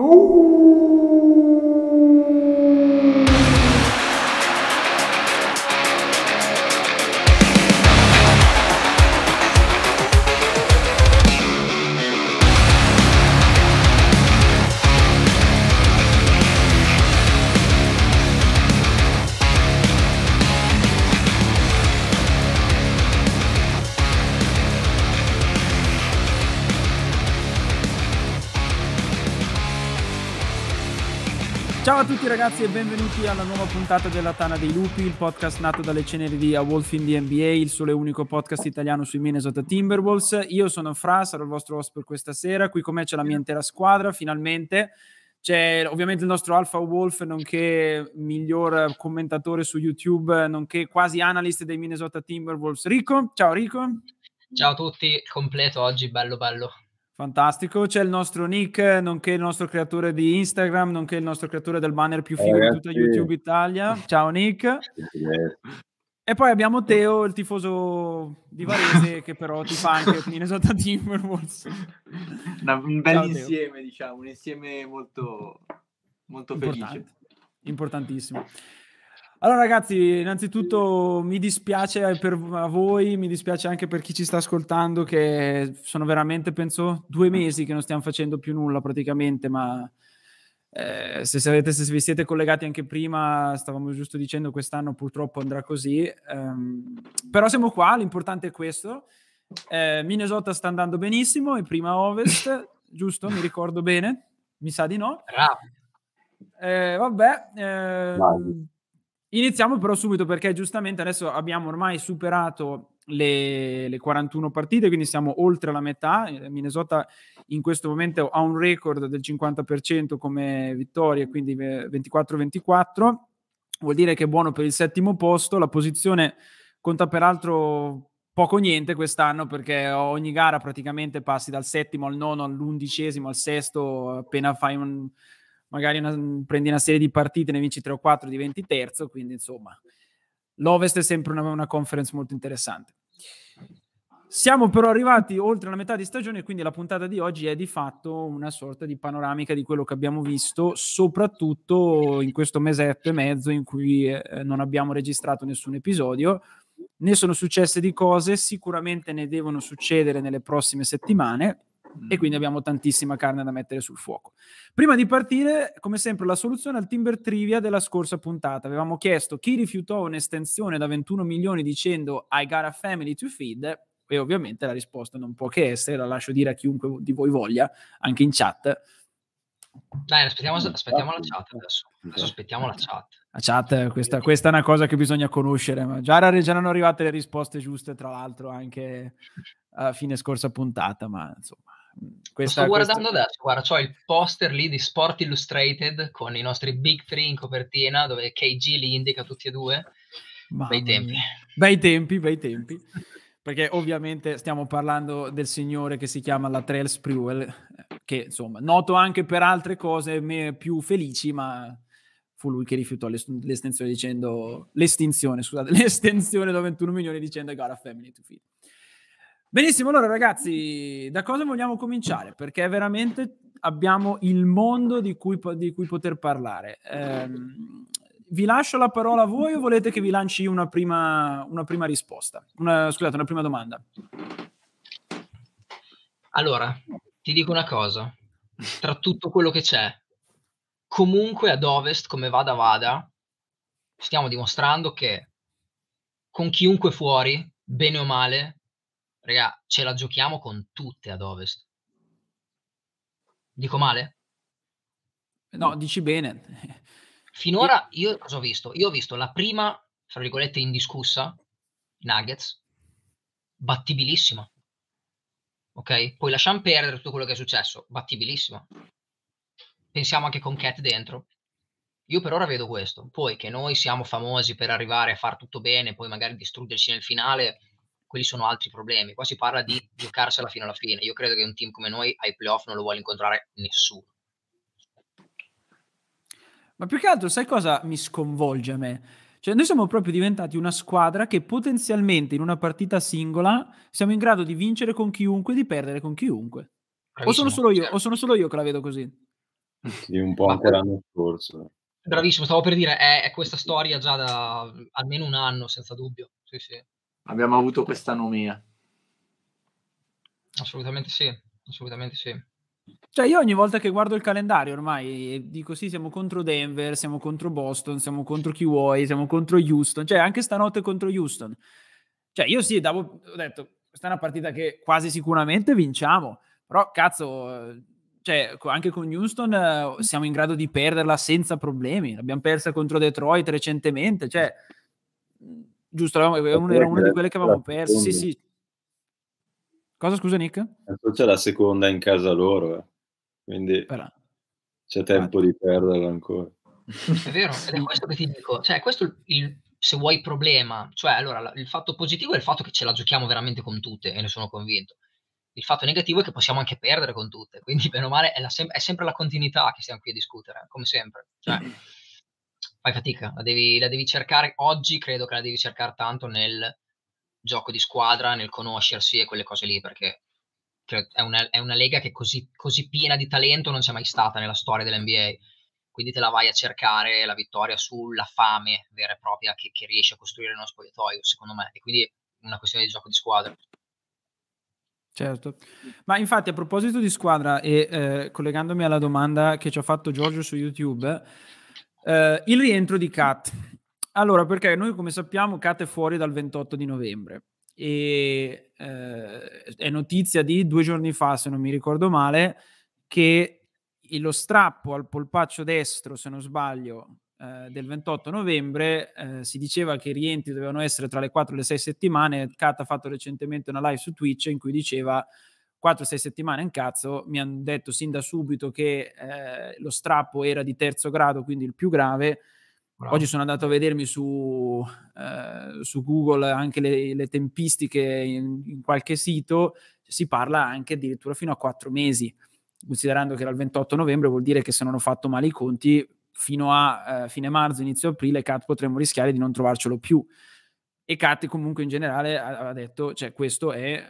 Ciao a tutti ragazzi e benvenuti alla nuova puntata della Tana dei Lupi, il podcast nato dalle ceneri di A Wolf in the NBA, il solo e unico podcast italiano sui Minnesota Timberwolves. Io sono Fra, sarò il vostro host per questa sera, qui con me c'è la mia intera squadra, finalmente. C'è ovviamente il nostro Alpha Wolf, nonché miglior commentatore su YouTube, nonché quasi analyst dei Minnesota Timberwolves, Rico. Ciao Rico. Ciao a tutti, completo oggi, bello bello. Fantastico, c'è il nostro Nick, nonché il nostro creatore di Instagram, nonché il nostro creatore del banner più figo di tutta YouTube Italia. Ciao Nick. E poi abbiamo Teo, il tifoso di Varese, che però ti fa anche Minnesota Timberwolves. Un bel insieme, diciamo, un insieme molto felice. Importantissimo. Allora ragazzi, innanzitutto mi dispiace per voi, mi dispiace anche per chi ci sta ascoltando, che sono veramente, penso, 2 mesi che non stiamo facendo più nulla praticamente, ma se vi siete collegati anche prima, stavamo giusto dicendo quest'anno purtroppo andrà così, però siamo qua, l'importante è questo. Minnesota sta andando benissimo, è prima Ovest, giusto? Mi ricordo bene? Mi sa di no. Iniziamo però subito perché giustamente adesso abbiamo ormai superato le 41 partite, quindi siamo oltre la metà. Minnesota in questo momento ha un record del 50% come vittorie, quindi 24-24. Vuol dire che è buono per il 7° posto. La posizione conta peraltro poco niente quest'anno, perché ogni gara praticamente passi dal 7° al 9° all'11° al 6°, appena fai prendi una serie di partite, ne vinci 3 o 4, diventi terzo, quindi insomma l'Ovest è sempre una conference molto interessante. Siamo però arrivati oltre la metà di stagione, quindi la puntata di oggi è di fatto una sorta di panoramica di quello che abbiamo visto, soprattutto in questo mesetto e mezzo in cui non abbiamo registrato nessun episodio. Ne sono successe di cose, sicuramente ne devono succedere nelle prossime settimane, e quindi abbiamo tantissima carne da mettere sul fuoco. Prima di partire, come sempre, la soluzione al Timber Trivia della scorsa puntata. Avevamo chiesto chi rifiutò un'estensione da 21 milioni dicendo I got a family to feed, e ovviamente la risposta non può che essere, la lascio dire a chiunque di voi voglia, anche in chat. Dai, aspettiamo la chat adesso. Aspettiamo la chat. La chat, questa è una cosa che bisogna conoscere, ma già erano arrivate le risposte giuste, tra l'altro, anche a fine scorsa puntata, ma insomma... Lo sto guardando adesso, guarda, c'ho il poster lì di Sport Illustrated con i nostri Big 3 in copertina, dove KG li indica tutti e due. Bei tempi. Perché ovviamente stiamo parlando del signore che si chiama Latrell Sprewell, che insomma noto anche per altre cose più felici, ma fu lui che rifiutò l'estensione da 21 milioni dicendo I got a family to feed. Benissimo, allora ragazzi, da cosa vogliamo cominciare? Perché veramente abbiamo il mondo di cui poter parlare. Vi lascio la parola a voi o volete che vi lanci una prima risposta? Una prima domanda. Allora, ti dico una cosa. Tra tutto quello che c'è, comunque ad Ovest, come vada, stiamo dimostrando che con chiunque fuori, bene o male, raga, ce la giochiamo con tutte ad Ovest. Dico male? No, dici bene. Finora io cosa ho visto? Io ho visto la prima, tra virgolette, indiscussa, Nuggets, battibilissima. Ok? Poi lasciamo perdere tutto quello che è successo, battibilissima. Pensiamo anche con Cat dentro. Io per ora vedo questo. Poi che noi siamo famosi per arrivare a far tutto bene, poi magari distruggerci nel finale, quelli sono altri problemi. Qua si parla di giocarsela fino alla fine. Io credo che un team come noi ai playoff non lo vuole incontrare nessuno. Ma più che altro, sai cosa mi sconvolge a me? Cioè, noi siamo proprio diventati una squadra che potenzialmente in una partita singola siamo in grado di vincere con chiunque e di perdere con chiunque. Bravissimo. O sono solo io che la vedo così? Sì, un po' anche l'anno scorso. Bravissimo, stavo per dire, è questa storia già da almeno un anno, senza dubbio. Sì, sì. Abbiamo avuto questa anomia. Assolutamente sì, assolutamente sì. Cioè io ogni volta che guardo il calendario ormai dico sì, siamo contro Denver, siamo contro Boston, siamo contro chi vuoi, siamo contro Houston, cioè anche stanotte contro Houston. Cioè io sì, ho detto, questa è una partita che quasi sicuramente vinciamo, però cazzo, cioè anche con Houston siamo in grado di perderla senza problemi. L'abbiamo persa contro Detroit recentemente, cioè giusto, era una di quelle che avevamo perso. Sì, sì. Cosa, scusa Nick? Adesso c'è la seconda in casa loro, quindi c'è tempo di perderla ancora. È vero, ed è questo che ti dico, cioè questo se vuoi problema, cioè allora il fatto positivo è il fatto che ce la giochiamo veramente con tutte e ne sono convinto. Il fatto negativo è che possiamo anche perdere con tutte, quindi bene o male è sempre la continuità che stiamo qui a discutere, come sempre. Cioè, fai fatica, la devi cercare oggi, credo che la devi cercare tanto nel gioco di squadra, nel conoscersi e quelle cose lì, perché è una lega che così piena di talento non c'è mai stata nella storia dell'NBA. Quindi te la vai a cercare la vittoria sulla fame vera e propria che riesci a costruire nello spogliatoio, secondo me. E quindi è una questione di gioco di squadra. Certo, ma infatti a proposito di squadra e collegandomi alla domanda che ci ha fatto Giorgio su YouTube, il rientro di Kat. Allora, perché noi come sappiamo Kat è fuori dal 28 di novembre e è notizia di 2 giorni fa, se non mi ricordo male, che lo strappo al polpaccio destro, se non sbaglio, del 28 novembre si diceva che i rientri dovevano essere tra le 4 e le 6 settimane. Kat ha fatto recentemente una live su Twitch in cui diceva 4-6 settimane in cazzo, mi hanno detto sin da subito che lo strappo era di terzo grado, quindi il più grave. Bravo. Oggi sono andato a vedermi su Google anche le tempistiche in qualche sito, si parla anche addirittura fino a 4 mesi, considerando che era il 28 novembre, vuol dire che se non ho fatto male i conti fino a fine marzo, inizio aprile, Kat potremmo rischiare di non trovarcelo più. E Kat comunque in generale ha detto, cioè questo è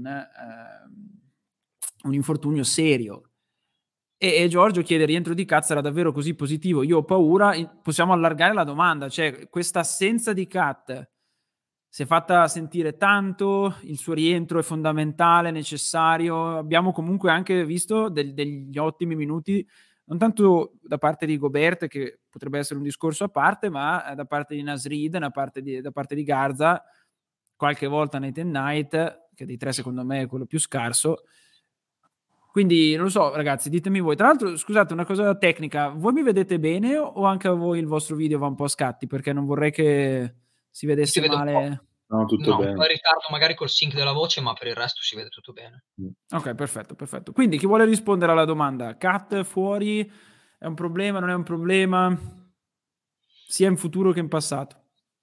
un infortunio serio. E Giorgio chiede: rientro di Kat sarà davvero così positivo? Io ho paura. Possiamo allargare la domanda, cioè questa assenza di Kat si è fatta sentire tanto, il suo rientro è fondamentale, necessario. Abbiamo comunque anche visto degli ottimi minuti, non tanto da parte di Gobert, che potrebbe essere un discorso a parte, ma da parte di Nasrid, da parte di Garza, qualche volta Nathan Knight, che dei tre secondo me è quello più scarso. Quindi non lo so, ragazzi, ditemi voi. Tra l'altro, scusate, una cosa tecnica, voi mi vedete bene o anche a voi il vostro video va un po' a scatti? Perché non vorrei che si vedesse male. No, tutto bene. Un po' in ritardo magari col sync della voce, ma per il resto si vede tutto bene. Ok, perfetto. Quindi chi vuole rispondere alla domanda? Kat fuori è un problema, non è un problema? Sia in futuro che in passato.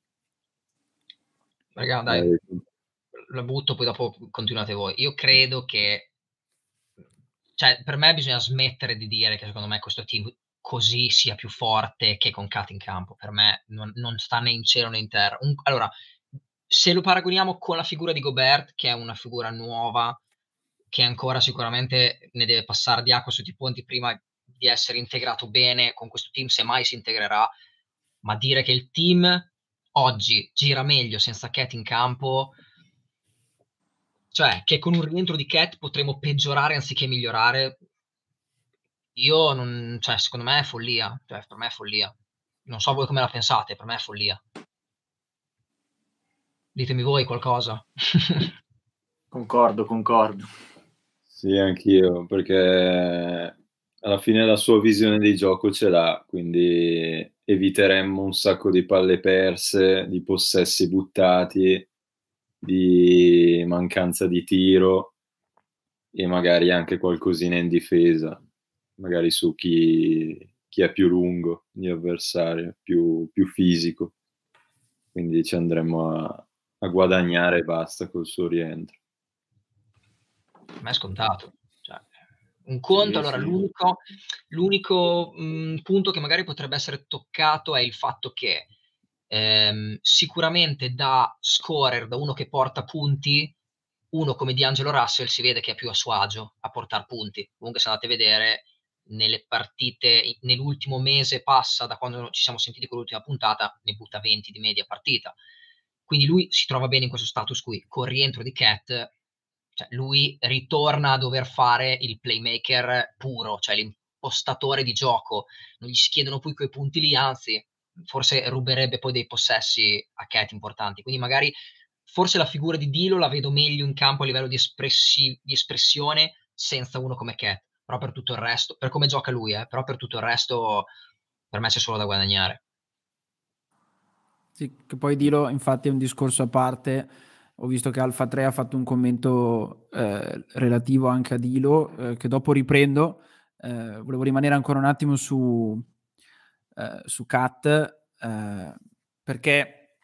Raga, dai, la butto, poi dopo continuate voi. Io credo che, cioè, per me bisogna smettere di dire che secondo me questo team così sia più forte che con Kat in campo. Per me non sta né in cielo né in terra. Allora, se lo paragoniamo con la figura di Gobert, che è una figura nuova, che ancora sicuramente ne deve passare di acqua sotto i ponti prima di essere integrato bene con questo team, se mai si integrerà, ma dire che il team oggi gira meglio senza Kat in campo, cioè che con un rientro di Kat potremo peggiorare anziché migliorare, io non, cioè secondo me è follia, cioè per me è follia. Non so voi come la pensate, per me è follia. Ditemi voi qualcosa. Concordo. Sì, anch'io, perché alla fine la sua visione di gioco ce l'ha, quindi eviteremmo un sacco di palle perse, di possessi buttati, di mancanza di tiro e magari anche qualcosina in difesa, magari su chi è più lungo di avversario, più fisico. Quindi ci andremo a guadagnare e basta col suo rientro. Per me è scontato. Cioè, un conto, allora l'unico punto che magari potrebbe essere toccato è il fatto che sicuramente da scorer, da uno che porta punti, uno come D'Angelo Russell si vede che è più a suo agio a portare punti. Comunque se andate a vedere nelle partite, nell'ultimo mese passa, da quando ci siamo sentiti con l'ultima puntata, ne butta 20 di media partita. Quindi lui si trova bene in questo status qui. Con il rientro di Cat, cioè lui ritorna a dover fare il playmaker puro, cioè l'impostatore di gioco. Non gli si chiedono più quei punti lì, anzi, forse ruberebbe poi dei possessi a Cat importanti. Quindi magari forse la figura di Dilo la vedo meglio in campo a livello di espressione senza uno come Cat. Però per tutto il resto, per come gioca lui, però per tutto il resto per me c'è solo da guadagnare. Sì, che poi Dilo infatti è un discorso a parte. Ho visto che Alfa 3 ha fatto un commento relativo anche a Dilo, che dopo riprendo. Volevo rimanere ancora un attimo su Cat, perché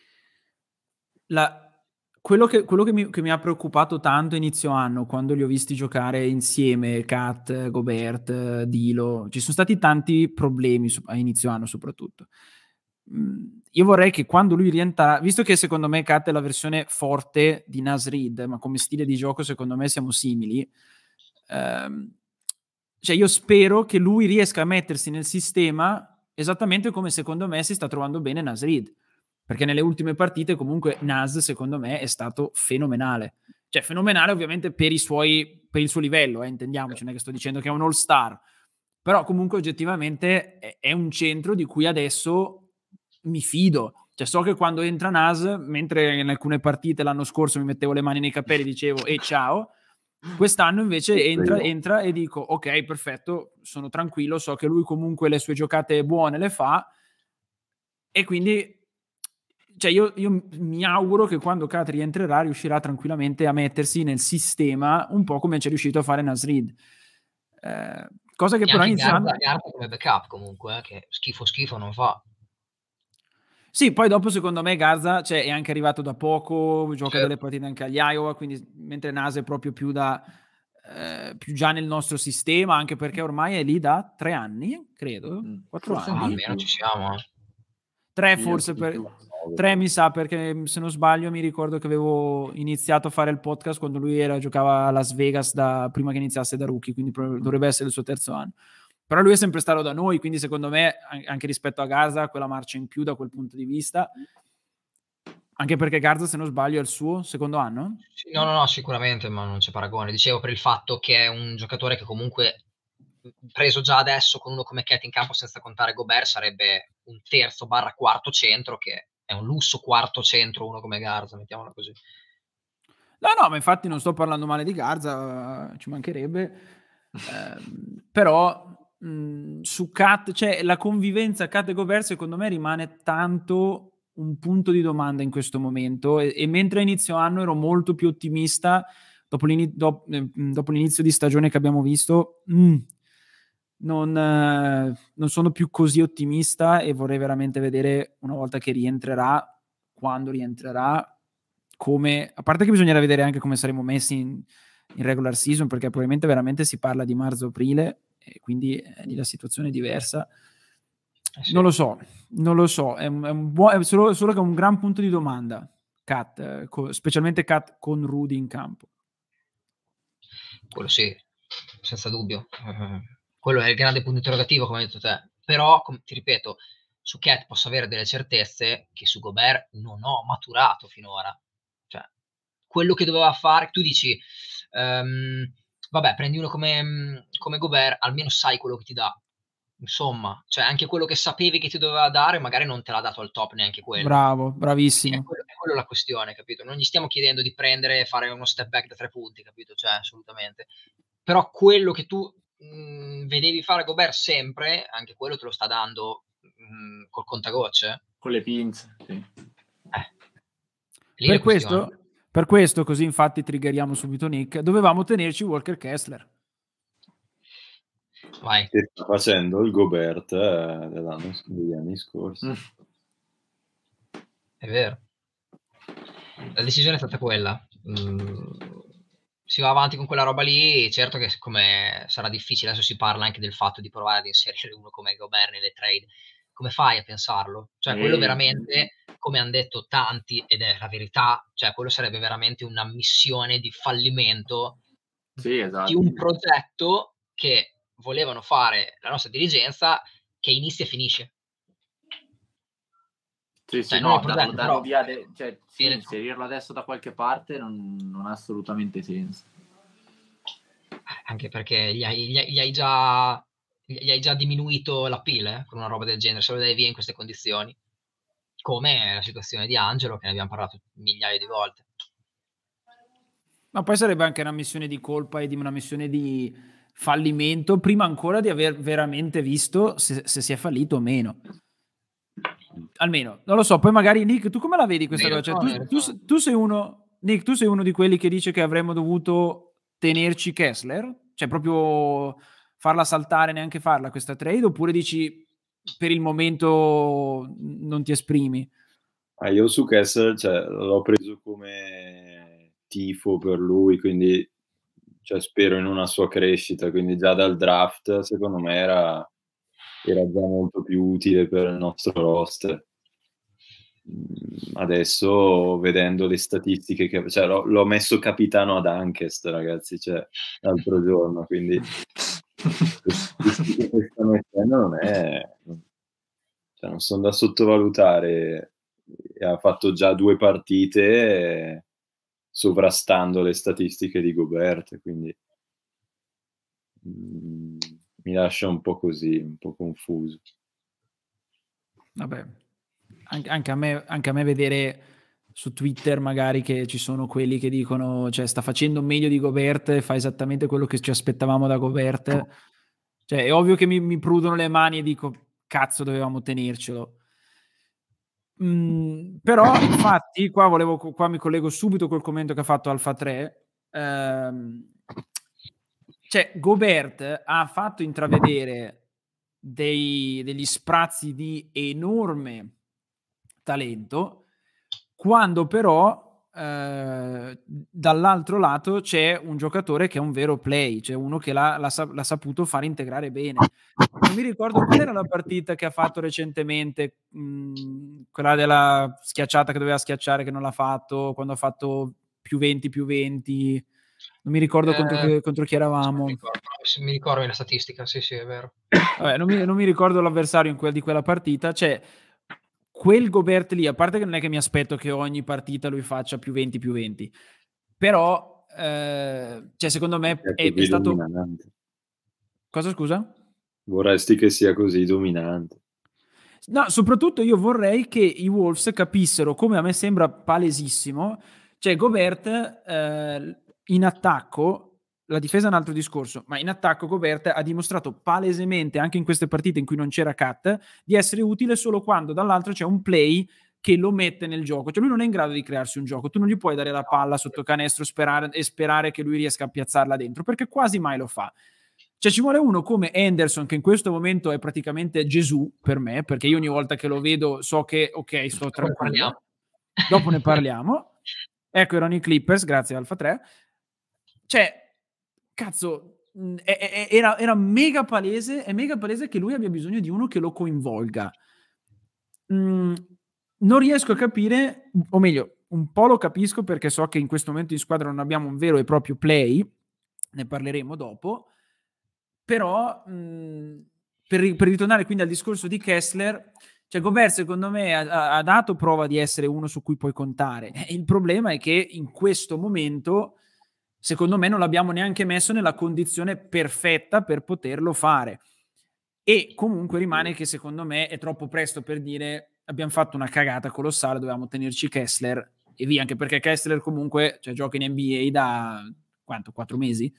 quello che mi ha preoccupato tanto a inizio anno, quando li ho visti giocare insieme, Cat, Gobert, Dilo, ci sono stati tanti problemi a inizio anno soprattutto. Io vorrei che quando lui rientra, visto che secondo me Cat è la versione forte di Naz Reid, ma come stile di gioco secondo me siamo simili, cioè io spero che lui riesca a mettersi nel sistema esattamente come secondo me si sta trovando bene Naz Reid, perché nelle ultime partite comunque Naz secondo me è stato fenomenale, cioè fenomenale ovviamente per il suo livello, intendiamoci, non è che sto dicendo che è un all star, però comunque oggettivamente è un centro di cui adesso mi fido. Cioè so che quando entra Naz, mentre in alcune partite l'anno scorso mi mettevo le mani nei capelli e dicevo ciao, quest'anno invece entra e dico ok, perfetto, sono tranquillo, so che lui comunque le sue giocate buone le fa, e quindi cioè io mi auguro che quando Cat rientrerà riuscirà tranquillamente a mettersi nel sistema un po' come ci è riuscito a fare Naz Reid, cosa che e però anche iniziando Garza come backup comunque, che schifo non fa. Sì, poi dopo secondo me Garza è anche arrivato da poco, gioca Certo. delle partite anche agli Iowa, quindi mentre Nase è proprio più già nel nostro sistema, anche perché ormai è lì da 3 anni, credo, 4 Forse anni. Almeno ci siamo. 3 Sì, forse, anche di più. 3 mi sa, perché se non sbaglio mi ricordo che avevo iniziato a fare il podcast quando lui giocava a Las Vegas prima che iniziasse da rookie, quindi dovrebbe essere il suo terzo anno. Però lui è sempre stato da noi, quindi secondo me anche rispetto a Garza quella marcia in più da quel punto di vista, anche perché Garza, se non sbaglio, è il suo secondo anno? Sì, no, sicuramente, ma non c'è paragone. Dicevo per il fatto che è un giocatore che comunque preso già adesso con uno come Cat in campo senza contare Gobert sarebbe un terzo / quarto centro, che è un lusso quarto centro uno come Garza, mettiamola così. No, ma infatti non sto parlando male di Garza, ci mancherebbe, però su Cat, cioè la convivenza Cat e Gobert secondo me rimane tanto un punto di domanda in questo momento, e mentre a inizio anno ero molto più ottimista, dopo l'inizio di stagione che abbiamo visto, non sono più così ottimista, e vorrei veramente vedere una volta che rientrerà, quando rientrerà, come, a parte che bisognerà vedere anche come saremo messi in regular season, perché probabilmente veramente si parla di marzo-aprile e quindi lì la situazione è diversa. Sì. Non lo so, è solo che è un gran punto di domanda Cat, specialmente Cat con Rudy in campo. Quello sì, senza dubbio. Quello è il grande punto interrogativo, come hai detto te. Però, ti ripeto, su Cat posso avere delle certezze che su Gobert non ho maturato finora. Cioè, quello che doveva fare, tu dici, vabbè, prendi uno come Gobert, almeno sai quello che ti dà. Insomma, cioè anche quello che sapevi che ti doveva dare, magari non te l'ha dato al top neanche quello. Bravo, bravissimo. È quello la questione, capito? Non gli stiamo chiedendo di prendere e fare uno step back da 3 punti, capito? Cioè, assolutamente. Però quello che tu vedevi fare Gobert sempre, anche quello te lo sta dando col contagocce. Con le pinze, sì. Per questo, così infatti triggeriamo subito Nick, dovevamo tenerci Walker Kessler. Vai. Che sta facendo il Gobert degli anni scorsi. È vero. La decisione è stata quella. Si va avanti con quella roba lì, certo che come sarà difficile, adesso si parla anche del fatto di provare ad inserire uno come Gobert nelle trade. Come fai a pensarlo? Cioè, quello veramente, come hanno detto tanti, ed è la verità, cioè quello sarebbe veramente una missione di fallimento, sì, esatto, di un progetto che volevano fare la nostra dirigenza che inizia e finisce. Sì, Cioè, sì, non è no, importante, darlo però via, cioè, sì, viene- inserirlo adesso da qualche parte non ha assolutamente senso. anche perché gli hai già diminuito la PIL con una roba del genere, se lo dai via in queste condizioni. Come la situazione di Angelo, che ne abbiamo parlato migliaia di volte. Ma poi sarebbe anche una missione di colpa e di una missione di fallimento, prima ancora di aver veramente visto se si è fallito o meno. Almeno, non lo so, poi magari Nick, tu come la vedi questa cosa? Cioè, tu sei uno, Nick, tu sei uno di quelli che dice che avremmo dovuto tenerci Kessler? Cioè proprio farla saltare, neanche farla questa trade? Oppure dici per il momento non ti esprimi? Io su Kessler, cioè, l'ho preso come tifo per lui, quindi cioè, spero in una sua crescita, quindi già dal draft secondo me era già molto più utile per il nostro roster. Adesso vedendo le statistiche che cioè, l'ho messo capitano ad Ankest, ragazzi, cioè, l'altro giorno, quindi le statistiche che sta mettendo non sono da sottovalutare. Ha fatto già 2 partite sovrastando le statistiche di Gobert, quindi mi lascia un po' così, un po' confuso. Vabbè, anche a me vedere su Twitter magari che ci sono quelli che dicono, cioè sta facendo meglio di Gobert e fa esattamente quello che ci aspettavamo da Gobert. Cioè è ovvio che mi prudono le mani e dico cazzo dovevamo tenercelo. Però infatti qua mi collego subito col commento che ha fatto Alfa 3. Cioè Gobert ha fatto intravedere degli sprazzi di enorme talento, quando però dall'altro lato c'è un giocatore che è un vero play, cioè uno che l'ha saputo far integrare bene. Non mi ricordo qual era la partita che ha fatto recentemente, quella della schiacciata che doveva schiacciare che non l'ha fatto, quando ha fatto +20+20. Non mi ricordo contro chi eravamo. Mi ricordo la statistica, sì, è vero. Vabbè, non mi ricordo l'avversario di quella partita. Cioè, quel Gobert lì, a parte che non è che mi aspetto che ogni partita lui faccia +20+20, però cioè, secondo me è stato... Dominante. Cosa, scusa? Vorresti che sia così dominante. No, soprattutto io vorrei che i Wolves capissero, come a me sembra palesissimo, cioè Gobert in attacco, la difesa è un altro discorso, ma in attacco Gobert ha dimostrato palesemente, anche in queste partite in cui non c'era Cat, di essere utile solo quando dall'altro c'è un play che lo mette nel gioco. Cioè lui non è in grado di crearsi un gioco, tu non gli puoi dare la palla sotto canestro e sperare che lui riesca a piazzarla dentro, perché quasi mai lo fa. Cioè ci vuole uno come Henderson, che in questo momento è praticamente Gesù per me, perché io ogni volta che lo vedo so che ok, sto tranquillo. Dopo ne parliamo. Ecco, erano i Clippers, grazie Alfa 3. Cioè, cazzo, era mega palese, è mega palese che lui abbia bisogno di uno che lo coinvolga. Non riesco a capire, o meglio, un po' lo capisco perché so che in questo momento in squadra non abbiamo un vero e proprio play, ne parleremo dopo, però per ritornare quindi al discorso di Kessler, cioè Gobert secondo me ha dato prova di essere uno su cui puoi contare. Il problema è che in questo momento secondo me non l'abbiamo neanche messo nella condizione perfetta per poterlo fare, e comunque rimane che secondo me è troppo presto per dire abbiamo fatto una cagata colossale, dovevamo tenerci Kessler e via, anche perché Kessler comunque, cioè, gioca in NBA da quanto? 4 mesi?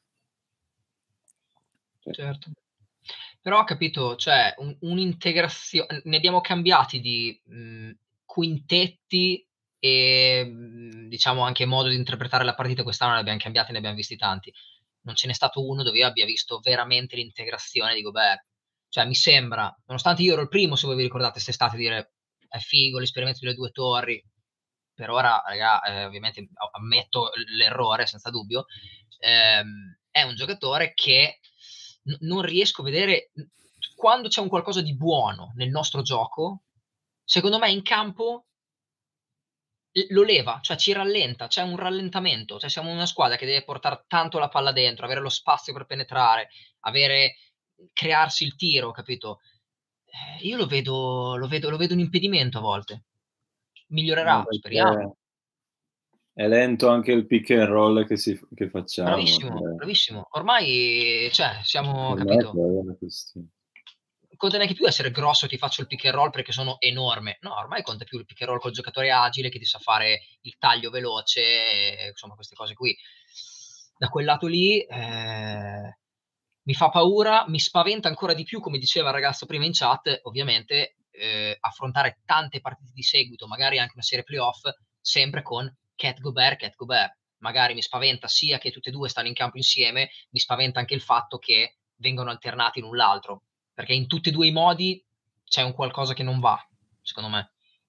Certo. Però ho capito, cioè un'integrazione, ne abbiamo cambiati di quintetti e diciamo anche modo di interpretare la partita quest'anno, ne abbiamo cambiati, ne abbiamo visti tanti. Non ce n'è stato uno dove io abbia visto veramente l'integrazione di Gobert. Cioè mi sembra, nonostante io ero il primo, se voi vi ricordate, quest'estate, a dire è figo l'esperimento delle 2 torri, per ora, raga, ovviamente ammetto l'errore senza dubbio, è un giocatore che non riesco a vedere quando c'è un qualcosa di buono nel nostro gioco. Secondo me in campo lo leva, cioè ci rallenta, c'è un rallentamento, cioè siamo una squadra che deve portare tanto la palla dentro, avere lo spazio per penetrare, crearsi il tiro, capito? Io lo vedo un impedimento a volte. Migliorerà, speriamo. Perché è lento anche il pick and roll che facciamo. Bravissimo, bravissimo. Ormai, cioè, siamo, Ormai capito? è una questione. Conta neanche più essere grosso, ti faccio il pick and roll perché sono enorme. No, ormai conta più il pick and roll col giocatore agile che ti sa fare il taglio veloce, insomma, queste cose qui. Da quel lato lì mi fa paura, mi spaventa ancora di più, come diceva il ragazzo prima in chat, ovviamente, affrontare tante partite di seguito, magari anche una serie playoff, sempre con Cat Gobert. Magari mi spaventa sia che tutte e due stanno in campo insieme, mi spaventa anche il fatto che vengano alternati l'un l'altro, perché in tutti e due i modi c'è un qualcosa che non va, secondo me.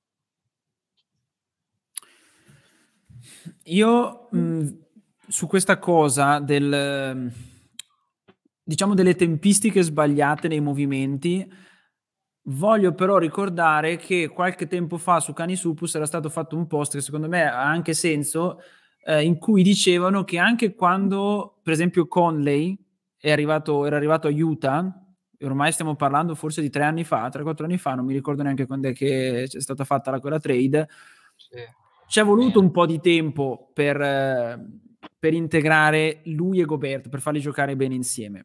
Io su questa cosa diciamo delle tempistiche sbagliate nei movimenti, voglio però ricordare che qualche tempo fa su Canisupus era stato fatto un post che secondo me ha anche senso, in cui dicevano che anche quando, per esempio, Conley era arrivato a Utah, e ormai stiamo parlando forse di 3-4 anni fa, non mi ricordo neanche quando è che è stata fatta quella trade, Sì. c'è voluto un po' di tempo per integrare lui e Gobert, per farli giocare bene insieme.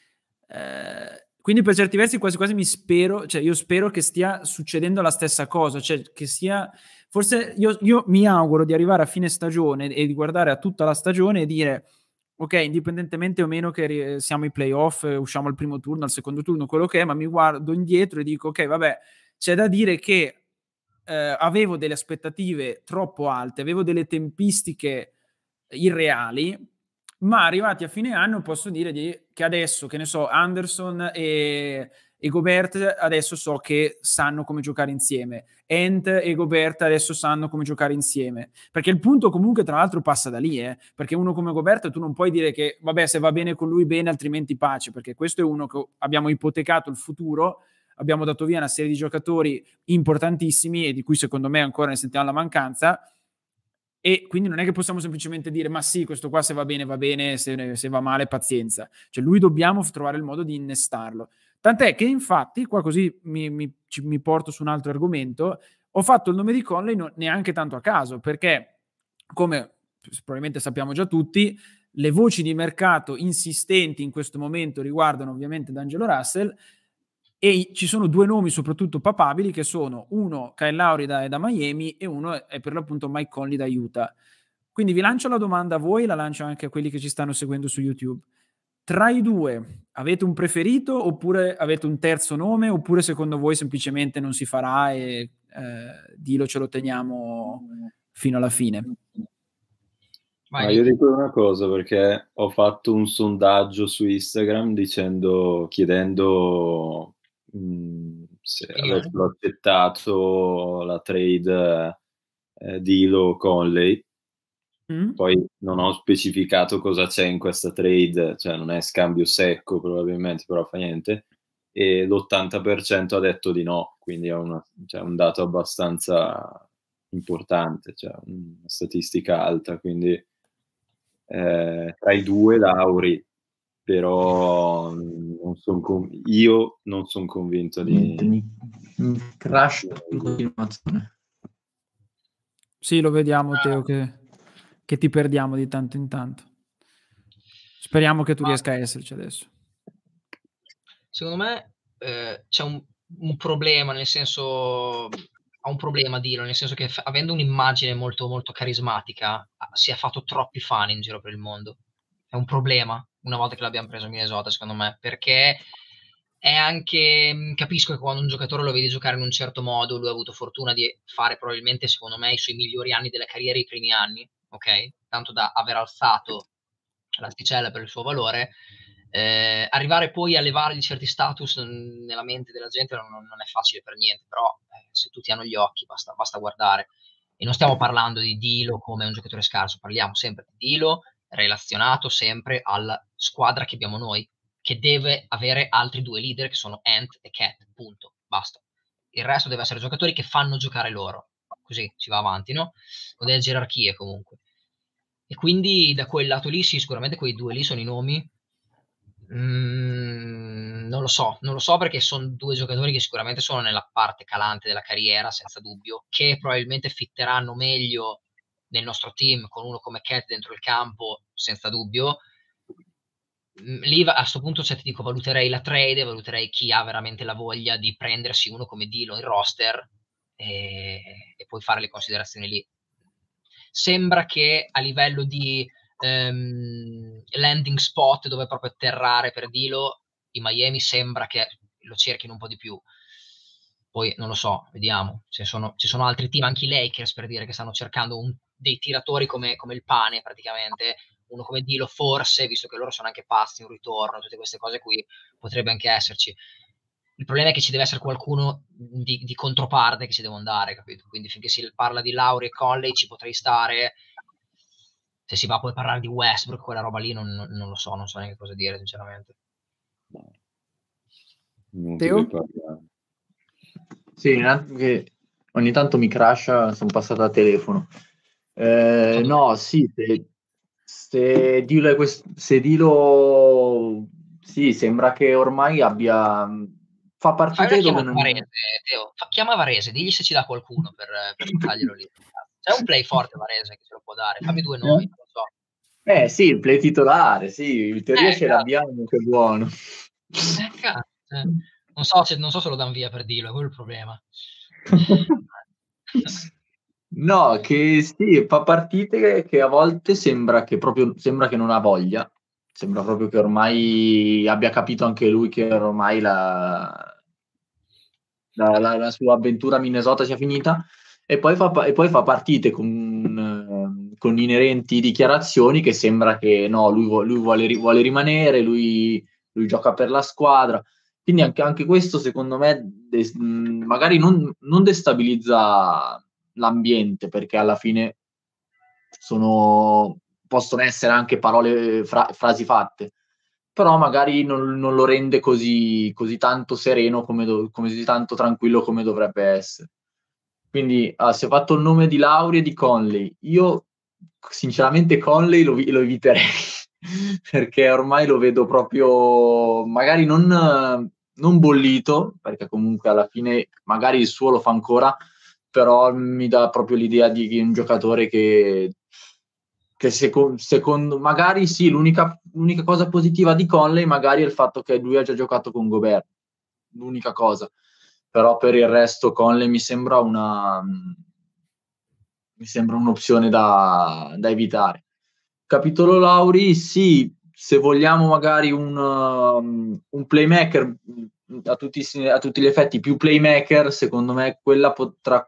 Quindi per certi versi quasi quasi io spero che stia succedendo la stessa cosa, cioè che sia, forse io mi auguro di arrivare a fine stagione e di guardare a tutta la stagione e dire ok, indipendentemente o meno che siamo ai playoff, usciamo al primo turno, al secondo turno, quello che è, ma mi guardo indietro e dico ok, vabbè, c'è da dire che avevo delle aspettative troppo alte, avevo delle tempistiche irreali, ma arrivati a fine anno posso dire che adesso, che ne so, Anderson e Gobert adesso so che sanno come giocare insieme, Ant e Gobert adesso sanno come giocare insieme, perché il punto comunque tra l'altro passa da lì, perché uno come Gobert tu non puoi dire che vabbè, se va bene con lui bene, altrimenti pace, perché questo è uno che abbiamo ipotecato il futuro, abbiamo dato via una serie di giocatori importantissimi e di cui secondo me ancora ne sentiamo la mancanza, e quindi non è che possiamo semplicemente dire ma sì, questo qua se va bene, se va male pazienza, cioè lui dobbiamo trovare il modo di innestarlo, tant'è che infatti qua così mi porto su un altro argomento, ho fatto il nome di Conley neanche tanto a caso, perché come probabilmente sappiamo già tutti, le voci di mercato insistenti in questo momento riguardano ovviamente D'Angelo Russell, e ci sono due nomi soprattutto papabili, che sono uno Kyle Lowry da Miami e uno è per l'appunto Mike Conley da Utah. Quindi vi lancio la domanda a voi, la lancio anche a quelli che ci stanno seguendo su YouTube. Tra i due avete un preferito oppure avete un terzo nome, oppure secondo voi semplicemente non si farà e Dilo ce lo teniamo fino alla fine? Ma io dico una cosa, perché ho fatto un sondaggio su Instagram chiedendo se avessero accettato la trade Dilo Conley. Poi non ho specificato cosa c'è in questa trade, cioè non è scambio secco probabilmente, però fa niente, e l'80% ha detto di no, quindi è un dato abbastanza importante, cioè una statistica alta, quindi tra i due Lowry, però io non sono convinto mi crash in continuazione. Sì, lo vediamo Teo che ti perdiamo di tanto in tanto. Speriamo che tu riesca a esserci adesso. Secondo me c'è un problema, nel senso ha un problema Dilo, nel senso che avendo un'immagine molto molto carismatica si è fatto troppi fan in giro per il mondo. È un problema una volta che l'abbiamo preso in Minnesota, secondo me, perché è anche, capisco che quando un giocatore lo vedi giocare in un certo modo, lui ha avuto fortuna di fare probabilmente, secondo me, i suoi migliori anni della carriera, i primi anni, ok? Tanto da aver alzato l'asticella per il suo valore. Arrivare poi a levargli certi status nella mente della gente non è facile per niente, però se tutti hanno gli occhi basta guardare. E non stiamo parlando di Dilo come un giocatore scarso, parliamo sempre di Dilo relazionato sempre alla squadra che abbiamo noi, che deve avere altri due leader che sono Ant e Cat, punto, basta. Il resto deve essere giocatori che fanno giocare loro. così si va avanti, no? O delle gerarchie comunque. E quindi da quel lato lì sì, sicuramente quei due lì sono i nomi. Non lo so perché sono due giocatori che sicuramente sono nella parte calante della carriera, senza dubbio, che probabilmente fitteranno meglio nel nostro team con uno come Cat dentro il campo, senza dubbio. Lì a questo punto, se ti dico, valuterei la trade, valuterei chi ha veramente la voglia di prendersi uno come Dilo in roster e poi fare le considerazioni lì. Sembra che a livello di landing spot dove proprio atterrare per Dilo, i Miami sembra che lo cerchino un po' di più. Poi non lo so, vediamo. Ci sono altri team, anche i Lakers per dire, che stanno cercando dei tiratori come il pane praticamente. Uno come Dilo forse, visto che loro sono anche pazzi, un ritorno, tutte queste cose qui potrebbe anche esserci. Il problema è che ci deve essere qualcuno di controparte che ci deve andare, capito? Quindi finché si parla di Lowry e Conley ci potrei stare. Se si va poi a parlare di Westbrook, quella roba lì non lo so, non so neanche cosa dire sinceramente. Teo? Sì, che ogni tanto mi crasha, sono passato a telefono. No, sì, se Dilo sì, sembra che ormai fa partite dove non... Varese, Teo. Chiama Varese, digli se ci dà qualcuno per buttarglielo lì. C'è un play forte Varese che se lo può dare, fammi due nomi, non lo so. Sì, il play titolare, sì, in teoria ce l'abbiamo, che buono. Non so se lo danno via per Dilo, è quello il problema. No, che sì, fa partite che a volte sembra che non ha voglia, sembra proprio che ormai abbia capito anche lui che ormai la sua avventura a Minnesota sia finita, e poi fa partite con inerenti dichiarazioni che sembra che no, lui vuole rimanere, lui gioca per la squadra. Quindi anche questo secondo me magari non destabilizza l'ambiente, perché alla fine possono essere anche parole, frasi fatte, però magari non lo rende così tanto sereno, così tanto tranquillo come dovrebbe essere. Quindi si è fatto il nome di Lowry e di Conley. Io sinceramente Conley lo eviterei perché ormai lo vedo proprio magari non bollito, perché comunque alla fine magari il suo lo fa ancora, però mi dà proprio l'idea di un giocatore che secondo magari sì, l'unica cosa positiva di Conley magari è il fatto che lui ha già giocato con Gobert, l'unica cosa, però per il resto Conley mi sembra un'opzione da evitare. Capitolo Lowry, sì, se vogliamo magari un playmaker a tutti gli effetti, più playmaker, secondo me quella tra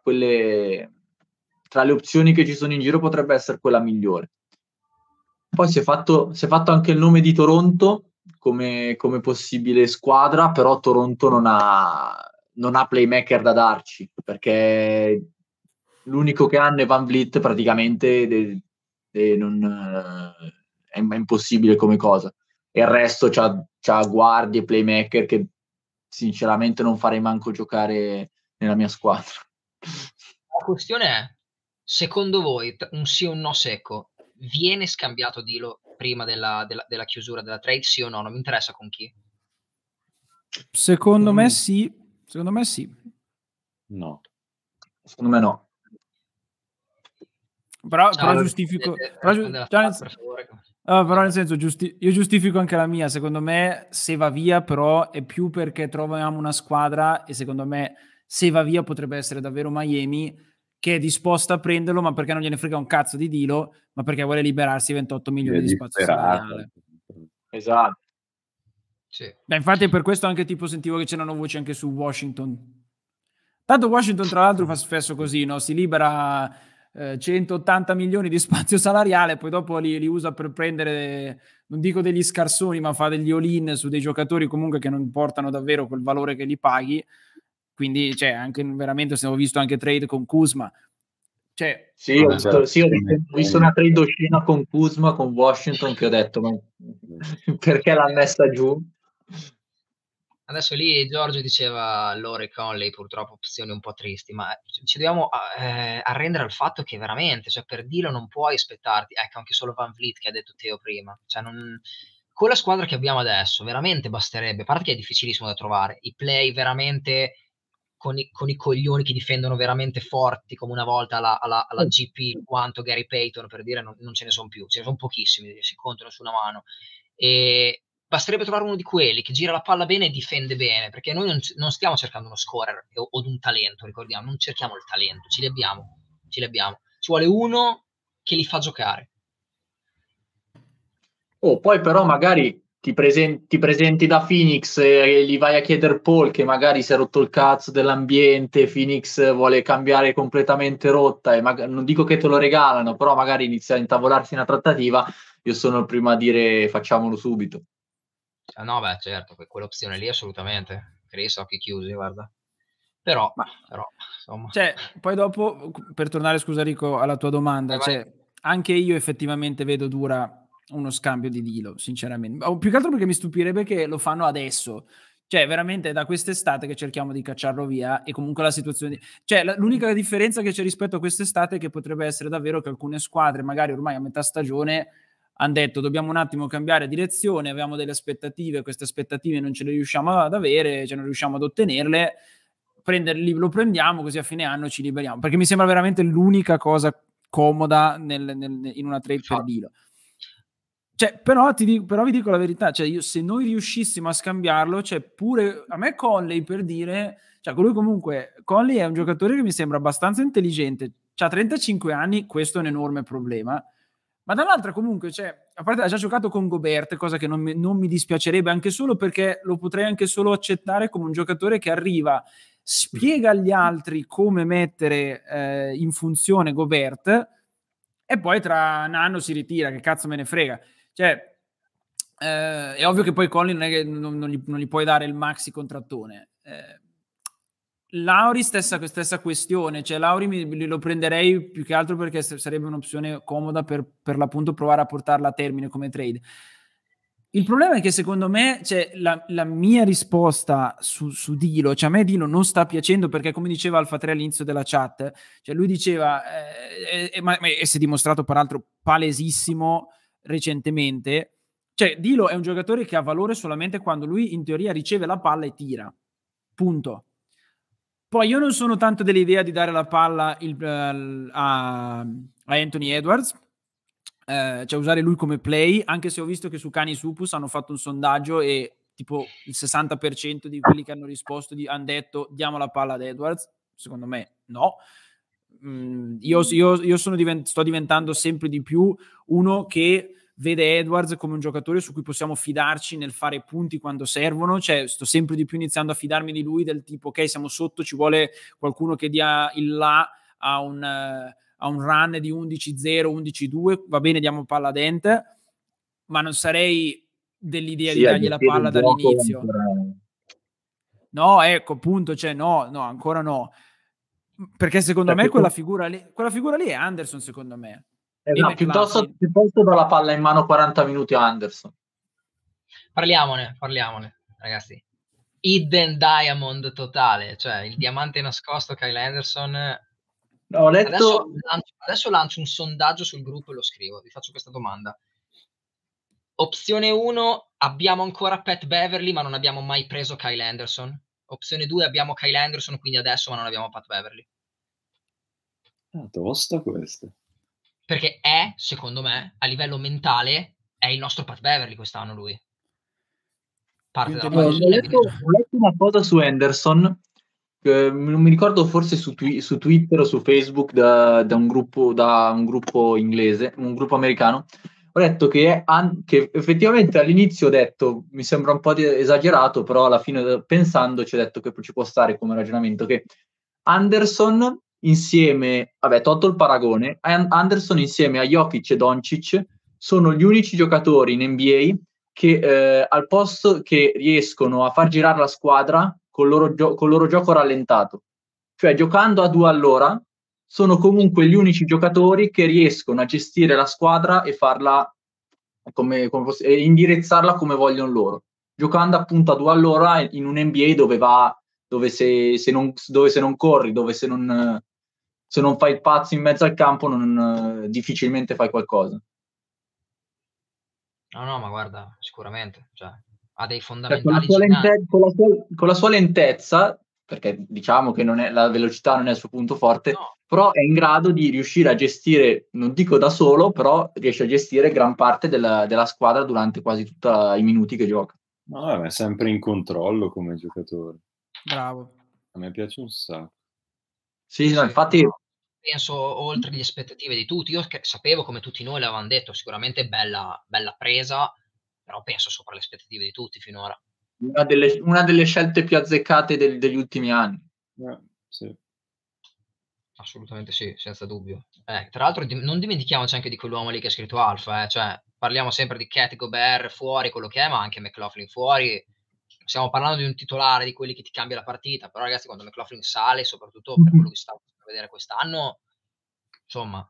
le opzioni che ci sono in giro potrebbe essere quella migliore. Poi si è fatto anche il nome di Toronto come possibile squadra, però Toronto non ha playmaker da darci, perché l'unico che hanno è Van Vliet praticamente, è impossibile come cosa, e il resto c'ha guardie, playmaker che sinceramente non farei manco giocare nella mia squadra. La questione è, secondo voi, un sì o un no secco, viene scambiato Dilo prima della chiusura della trade, sì o no? Non mi interessa con chi. Secondo me sì. No. Secondo me no. Però giustifico. Però nel senso, io giustifico anche la mia. Secondo me, se va via, però è più perché troviamo una squadra, e secondo me, se va via, potrebbe essere davvero Miami, che è disposta a prenderlo, ma perché non gliene frega un cazzo di Dilo, ma perché vuole liberarsi 28 milioni di spazio salariale. Esatto. Sì. Beh, infatti è per questo anche tipo sentivo che c'erano voci anche su Washington. Tanto Washington tra l'altro fa spesso così, no? Si libera 180 milioni di spazio salariale, poi dopo li usa per prendere, non dico degli scarsoni, ma fa degli all-in su dei giocatori comunque che non portano davvero quel valore che li paghi. Quindi anche veramente abbiamo visto anche trade con Kuzma. Sì, ho visto una trade uscita con Kuzma, con Washington, che ho detto, ma perché l'ha messa giù? Adesso lì Giorgio diceva Lore Conley, purtroppo opzioni un po' tristi, ma ci dobbiamo arrendere al fatto che veramente, cioè per Dilo non puoi aspettarti, ecco anche solo Van Vliet che ha detto Teo prima, cioè con la squadra che abbiamo adesso veramente basterebbe, a parte che è difficilissimo da trovare, i play veramente con i coglioni che difendono veramente forti come una volta alla GP quanto Gary Payton, per dire, non ce ne sono più, ce ne sono pochissimi, si contano su una mano, e basterebbe trovare uno di quelli che gira la palla bene e difende bene, perché noi non stiamo cercando uno scorer o un talento, ricordiamo, non cerchiamo il talento, ce li abbiamo, ci vuole uno che li fa giocare. Poi però magari ti presenti da Phoenix e gli vai a chiedere Paul, che magari si è rotto il cazzo dell'ambiente, Phoenix vuole cambiare completamente rotta, e non dico che te lo regalano, però magari inizia a intavolarsi una trattativa, io sono il primo a dire facciamolo subito. No, beh, certo, quell'opzione lì assolutamente. Chris, occhi chiusi, guarda. Però, insomma. Cioè, poi dopo, per tornare, scusa Rico, alla tua domanda, cioè, anche io effettivamente vedo dura uno scambio di Dilo, sinceramente. Più che altro perché mi stupirebbe che lo fanno adesso. Cioè, veramente da quest'estate che cerchiamo di cacciarlo via, e comunque la situazione... Cioè, l'unica differenza che c'è rispetto a quest'estate è che potrebbe essere davvero che alcune squadre, magari ormai a metà stagione, hanno detto dobbiamo un attimo cambiare direzione, avevamo delle aspettative, queste aspettative non ce le riusciamo ad avere, cioè non riusciamo ad ottenerle, lo prendiamo così a fine anno ci liberiamo, perché mi sembra veramente l'unica cosa comoda in una trade per Dilo. Cioè, però vi dico la verità, cioè se noi riuscissimo a scambiarlo, cioè pure a me Conley, per dire, cioè lui comunque, Conley è un giocatore che mi sembra abbastanza intelligente, ha 35 anni, questo è un enorme problema, ma dall'altra comunque, cioè, a parte ha già giocato con Gobert, cosa che non mi dispiacerebbe, anche solo perché lo potrei anche solo accettare come un giocatore che arriva, spiega agli altri come mettere in funzione Gobert e poi tra un anno si ritira, che cazzo me ne frega. Cioè, è ovvio che poi Conley non è che non gli puoi dare il maxi contrattone. Lauri stessa questione, cioè Lauri lo prenderei più che altro perché sarebbe un'opzione comoda per l'appunto provare a portarla a termine come trade. Il problema è che secondo me, cioè, la mia risposta su Dilo, cioè a me Dilo non sta piacendo perché, come diceva Alfa 3 all'inizio della chat, cioè lui diceva, ma si è dimostrato peraltro palesissimo recentemente, cioè Dilo è un giocatore che ha valore solamente quando lui in teoria riceve la palla e tira, punto. Poi io non sono tanto dell'idea di dare la palla a Anthony Edwards, cioè usare lui come play, anche se ho visto che su Cani Supus hanno fatto un sondaggio e tipo il 60% di quelli che hanno risposto hanno detto diamo la palla ad Edwards. Secondo me no. Io sto diventando sempre di più uno che vede Edwards come un giocatore su cui possiamo fidarci nel fare punti quando servono, cioè sto sempre di più iniziando a fidarmi di lui, del tipo ok, siamo sotto, ci vuole qualcuno che dia il là a un run di 11-0, 11-2, va bene, diamo palla a Dent, ma non sarei dell'idea di dargli la palla dall'inizio. No, ecco, appunto, cioè no, ancora no. Perché secondo me quella figura lì è Anderson, secondo me. No, piuttosto do la palla in mano 40 minuti a Anderson. Parliamone, ragazzi. Hidden Diamond totale, cioè il diamante nascosto Kyle Anderson. Ho letto... Adesso lancio un sondaggio sul gruppo e lo scrivo, vi faccio questa domanda. Opzione 1, abbiamo ancora Pat Beverly ma non abbiamo mai preso Kyle Anderson. Opzione 2, abbiamo Kyle Anderson quindi adesso ma non abbiamo Pat Beverly. Tosta questa. Perché è, secondo me, a livello mentale, è il nostro Pat Beverly quest'anno lui. Parte della pallina. Ho letto una cosa su Anderson, non mi ricordo, forse su Twitter o su Facebook da un gruppo inglese, un gruppo americano. Ho detto che effettivamente all'inizio ho detto, mi sembra un po' esagerato, però alla fine pensandoci ho detto che ci può stare come ragionamento, che Anderson insieme, tolto il paragone, Anderson insieme a Jokic e Doncic sono gli unici giocatori in NBA che al posto che riescono a far girare la squadra col loro gioco rallentato, cioè giocando a 2 all'ora sono comunque gli unici giocatori che riescono a gestire la squadra e farla e indirizzarla come vogliono loro, giocando appunto a dual ora in un NBA dove se non corri, dove se non fai il pazzo in mezzo al campo, difficilmente fai qualcosa. No, ma guarda, sicuramente, cioè, ha dei Con fondamentali giganti. con la sua lentezza, perché diciamo che la velocità non è il suo punto forte, No, però è in grado di riuscire a gestire, non dico da solo, però riesce a gestire gran parte della squadra durante quasi tutti i minuti che gioca. No, è sempre in controllo come giocatore. Bravo. A me piace un sacco. Sì, no, infatti no, penso oltre le aspettative di tutti. Io sapevo, come tutti noi l'avevamo detto, sicuramente bella presa, però penso sopra le aspettative di tutti finora. una delle scelte più azzeccate degli ultimi anni. Sì. Assolutamente sì, senza dubbio. Tra l'altro non dimentichiamoci anche di quell'uomo lì che ha scritto Alpha, cioè parliamo sempre di Cat, Gobert fuori, quello che è, ma anche McLaughlin fuori. Stiamo parlando di un titolare di quelli che ti cambia la partita, però ragazzi quando McLaughlin sale, soprattutto per quello che stiamo facendo vedere quest'anno, insomma,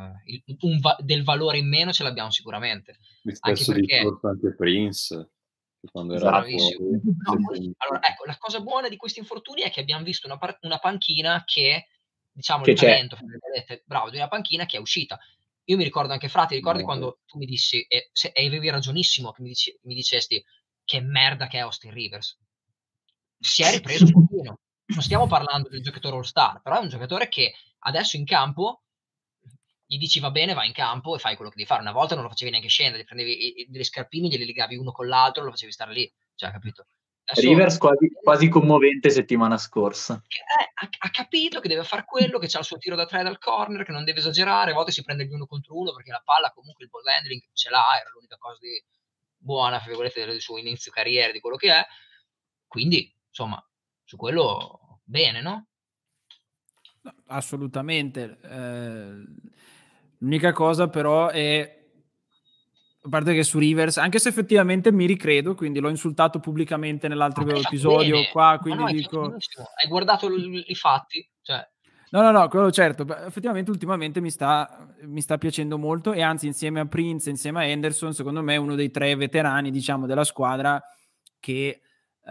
del valore in meno ce l'abbiamo sicuramente. Anche Spesso perché discorso anche Prince, che quando era bravissimo. fuori, No, allora, ecco, la cosa buona di questi infortuni è che abbiam visto una panchina che, diciamo, Che il c'è. talento, fra virgolette, bravo, di una panchina che è uscita. Io mi ricordo anche Frati, ricordi quando tu mi dissi, e avevi ragionissimo, che mi dicesti: "Che merda che è Austin Rivers". Si è ripreso un pochino. Non stiamo parlando del giocatore all star, però è un giocatore che adesso in campo gli dici: "Va bene, vai in campo e fai quello che devi fare". Una volta non lo facevi neanche scendere, prendevi delle scarpine, gliele legavi uno con l'altro, lo facevi stare lì, cioè capito? Adesso Rivers quasi commovente settimana scorsa. ha capito che deve far quello, che c'ha il suo tiro da 3 dal corner, che non deve esagerare, a volte si prende gli 1 contro 1 perché la palla comunque il ball handling ce l'ha, era l'unica cosa di buona, fra virgolette, del suo inizio carriera, di quello che è. Quindi, insomma, su quello bene, no? No, assolutamente. L'unica cosa però è, a parte che su Rivers, anche se effettivamente mi ricredo, quindi l'ho insultato pubblicamente nell'altro Hai fatto episodio bene. qua, No, quindi hai fatto dico... benissimo. Hai guardato i fatti, cioè No, quello certo, effettivamente ultimamente mi sta piacendo molto e anzi insieme a Prince, insieme a Henderson, secondo me è uno dei 3 veterani, diciamo, della squadra che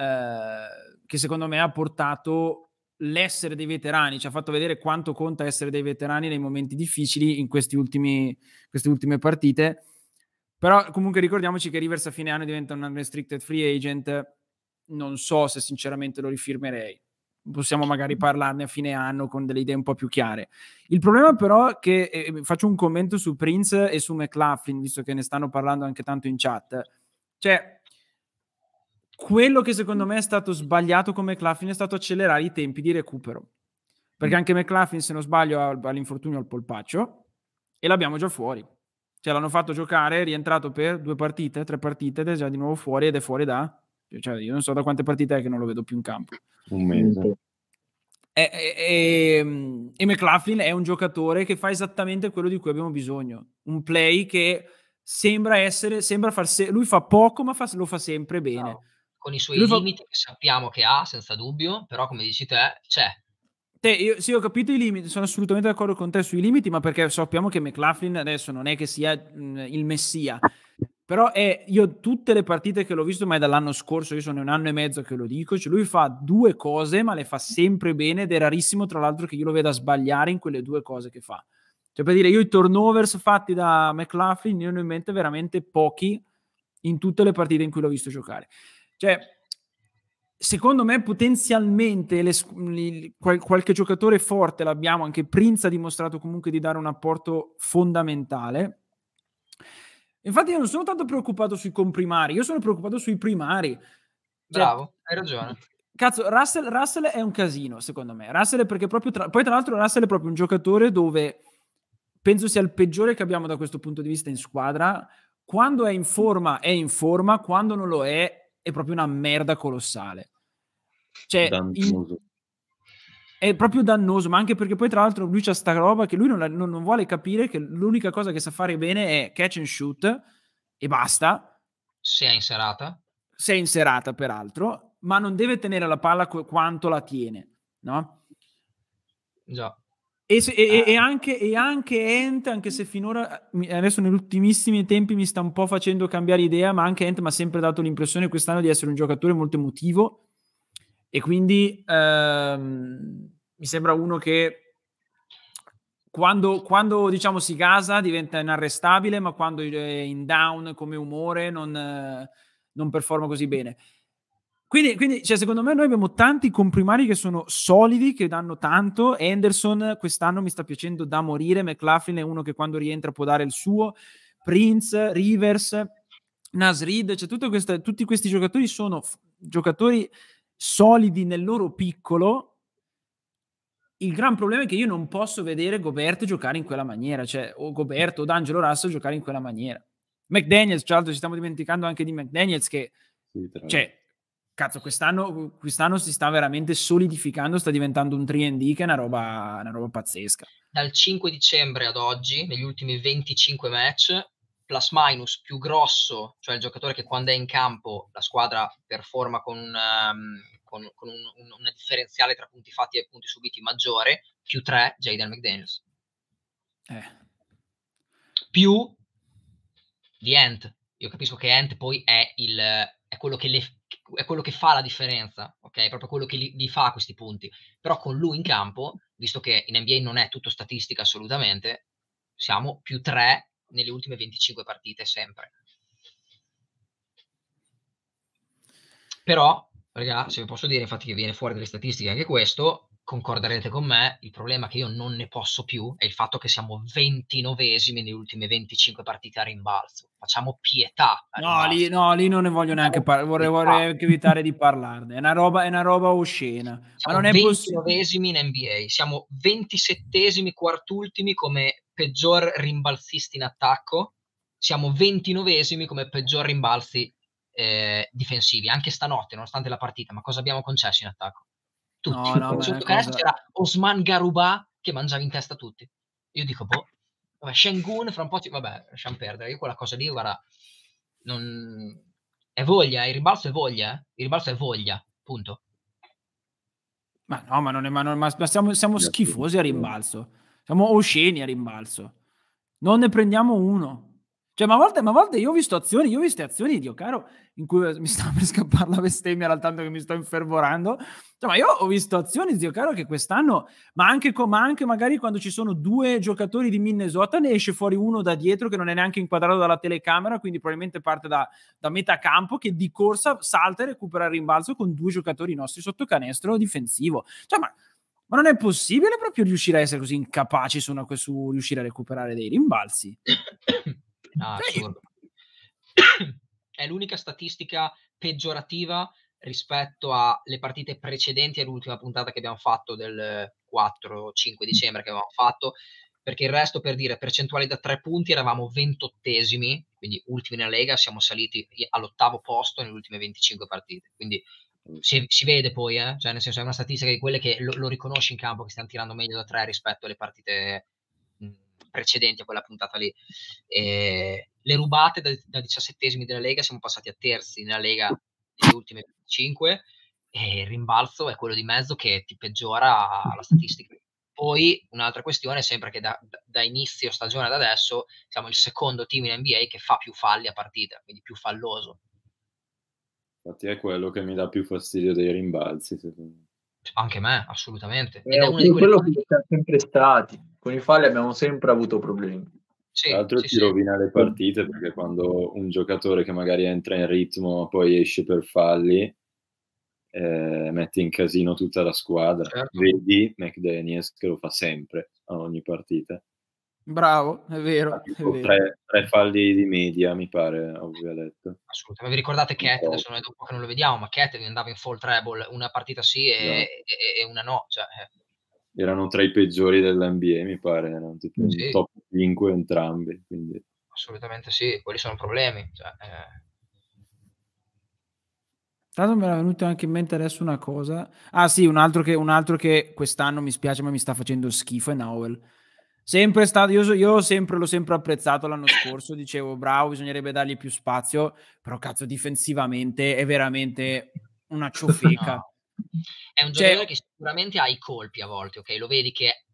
secondo me ha portato l'essere dei veterani, ci ha fatto vedere quanto conta essere dei veterani nei momenti difficili in queste ultime partite. Però comunque ricordiamoci che Rivers a fine anno diventa un unrestricted free agent, non so se sinceramente lo rifirmerei. Possiamo magari parlarne a fine anno con delle idee un po' più chiare. Il problema però è che, faccio un commento su Prince e su McLaughlin, visto che ne stanno parlando anche tanto in chat. Cioè, quello che secondo me è stato sbagliato con McLaughlin è stato accelerare i tempi di recupero. Perché anche McLaughlin, se non sbaglio, ha l'infortunio al polpaccio e l'abbiamo già fuori. Cioè l'hanno fatto giocare, è rientrato per 2 partite, 3 partite ed è già di nuovo fuori ed è fuori da... Cioè io non so da quante partite è che non lo vedo più in campo. Un mese. E McLaughlin è un giocatore che fa esattamente quello di cui abbiamo bisogno. Un play che sembra lui fa poco ma lo fa sempre bene. no, con i suoi limiti che sappiamo che ha, senza dubbio, però come dici te, c'è. Sì, ho capito i limiti, sono assolutamente d'accordo con te sui limiti, ma perché sappiamo che McLaughlin adesso non è che sia il messia, però io tutte le partite che l'ho visto, ma è dall'anno scorso, io sono 1 anno e mezzo che lo dico, cioè lui fa 2 cose, ma le fa sempre bene ed è rarissimo tra l'altro che io lo veda sbagliare in quelle 2 cose che fa. Cioè per dire, io i turnovers fatti da McLaughlin ne ho in mente veramente pochi in tutte le partite in cui l'ho visto giocare. Cioè, secondo me potenzialmente qualche giocatore forte l'abbiamo, anche Prince ha dimostrato comunque di dare un apporto fondamentale. Infatti io non sono tanto preoccupato sui comprimari, io sono preoccupato sui primari. Bravo, hai ragione. Cazzo, Russell è un casino, secondo me. Russell è perché proprio poi tra l'altro Russell è proprio un giocatore dove penso sia il peggiore che abbiamo da questo punto di vista in squadra. Quando è in forma, quando non lo è proprio una merda colossale. Cioè, è proprio dannoso, ma anche perché poi tra l'altro lui c'ha sta roba che lui non vuole capire che l'unica cosa che sa fare bene è catch and shoot e basta. Se è in serata. Se è in serata, peraltro, ma non deve tenere la palla quanto la tiene, no? Già. E anche Ant, anche se finora, adesso negli ultimissimi tempi mi sta un po' facendo cambiare idea, ma anche Ant mi ha sempre dato l'impressione quest'anno di essere un giocatore molto emotivo, e quindi mi sembra uno che quando diciamo si gasa diventa inarrestabile, ma quando è in down come umore non performa così bene. Quindi cioè, secondo me noi abbiamo tanti comprimari che sono solidi, che danno tanto. Henderson quest'anno mi sta piacendo da morire, McLaughlin è uno che quando rientra può dare il suo, Prince, Rivers, Nasrid, cioè tutti questi giocatori sono giocatori solidi nel loro piccolo. Il gran problema è che io non posso vedere Gobert giocare in quella maniera, cioè o Gobert o D'Angelo Russell giocare in quella maniera. McDaniels, tra l'altro ci stiamo dimenticando anche di McDaniels che cioè cazzo, quest'anno si sta veramente solidificando, sta diventando un 3&D che è una roba pazzesca. Dal 5 dicembre ad oggi, negli ultimi 25 match, plus minus più grosso, cioè il giocatore che quando è in campo la squadra performa con una differenziale tra punti fatti e punti subiti maggiore, più 3, Jaden McDaniels. Più di Ant. Io capisco che Ant poi è quello che fa la differenza, ok? È proprio quello che li fa questi punti. Però con lui in campo, visto che in NBA non è tutto statistica assolutamente, siamo più 3 nelle ultime 25 partite sempre. Però, raga, se vi posso dire, infatti che viene fuori dalle statistiche anche questo, concorderete con me, il problema che io non ne posso più è il fatto che siamo 29esimi nelle ultime 25 partite a rimbalzo. Facciamo pietà a rimbalzo. Lì non ne voglio neanche parlare, vorrei anche evitare di parlarne. È una roba oscena. Siamo Ma non è 29esimi in NBA, siamo 27esimi, quartultimi come peggior rimbalzisti in attacco, siamo 29esimi come peggior rimbalzi difensivi, anche stanotte, nonostante la partita. Ma cosa abbiamo concesso in attacco? Tutti. Sotto canestro c'era Osman Garuba che mangiava in testa tutti. Io dico, vabbè, Şengün fra un po' vabbè, lasciamo perdere. Io quella cosa lì, guarda, è voglia, il rimbalzo è voglia, il rimbalzo è voglia, punto. Ma no, ma siamo schifosi a rimbalzo. Siamo osceni a rimbalzo. Non ne prendiamo uno. Cioè, ma a volte io ho visto azioni, Dio caro, in cui mi sta per scappare la bestemmia dal tanto che mi sto infervorando. Cioè, ma io ho visto azioni, Dio caro, che quest'anno, ma anche magari quando ci sono due giocatori di Minnesota, ne esce fuori uno da dietro che non è neanche inquadrato dalla telecamera, quindi probabilmente parte da metà campo, che di corsa salta e recupera il rimbalzo con due giocatori nostri sotto canestro difensivo. Cioè, ma non è possibile proprio riuscire a essere così incapaci su riuscire a recuperare dei rimbalzi? Assurdo. È l'unica statistica peggiorativa rispetto alle partite precedenti all'ultima puntata che abbiamo fatto del 4-5 dicembre che avevamo fatto, perché il resto, per dire, percentuali da 3 punti eravamo 28esimi, quindi ultimi nella Lega, siamo saliti all'8° posto nelle ultime 25 partite, quindi si vede poi, cioè nel senso è una statistica di quelle che lo riconosci in campo che stiamo tirando meglio da 3 rispetto alle partite precedenti a quella puntata lì. Le rubate da 17esimi della Lega siamo passati a terzi nella Lega nelle ultime 25 e il rimbalzo è quello di mezzo che ti peggiora la statistica. Poi un'altra questione è sempre che da inizio stagione ad adesso siamo il secondo team in NBA che fa più falli a partita, quindi più falloso. Infatti è quello che mi dà più fastidio dei rimbalzi, secondo me. Anche me, assolutamente. Ed è una di quello che siamo sempre stati. Con i falli abbiamo sempre avuto problemi. Tra l'altro ti rovina le partite, perché quando un giocatore che magari entra in ritmo poi esce per falli, mette in casino tutta la squadra. Certo. Vedi McDaniels che lo fa sempre a ogni partita. Bravo, è vero. Tre falli di media, mi pare, avevo letto. Assolutamente. Vi ricordate Cat? Adesso noi da un po' che non lo vediamo, ma Cat andava in fall treble, una partita sì e una no. Cioè, erano tra i peggiori dell'NBA, mi pare, erano tipo in top 5 entrambi. Quindi. Assolutamente sì, quelli sono problemi. Cioè, Tra l'altro mi era venuto anche in mente adesso una cosa. Ah sì, un altro che quest'anno mi spiace ma mi sta facendo schifo è Nowell. Sempre stato, io l'ho sempre apprezzato l'anno scorso, dicevo bravo, bisognerebbe dargli più spazio, però cazzo difensivamente è veramente una ciofeca. No. È un giocatore che sicuramente ha i colpi a volte, ok? Lo vedi che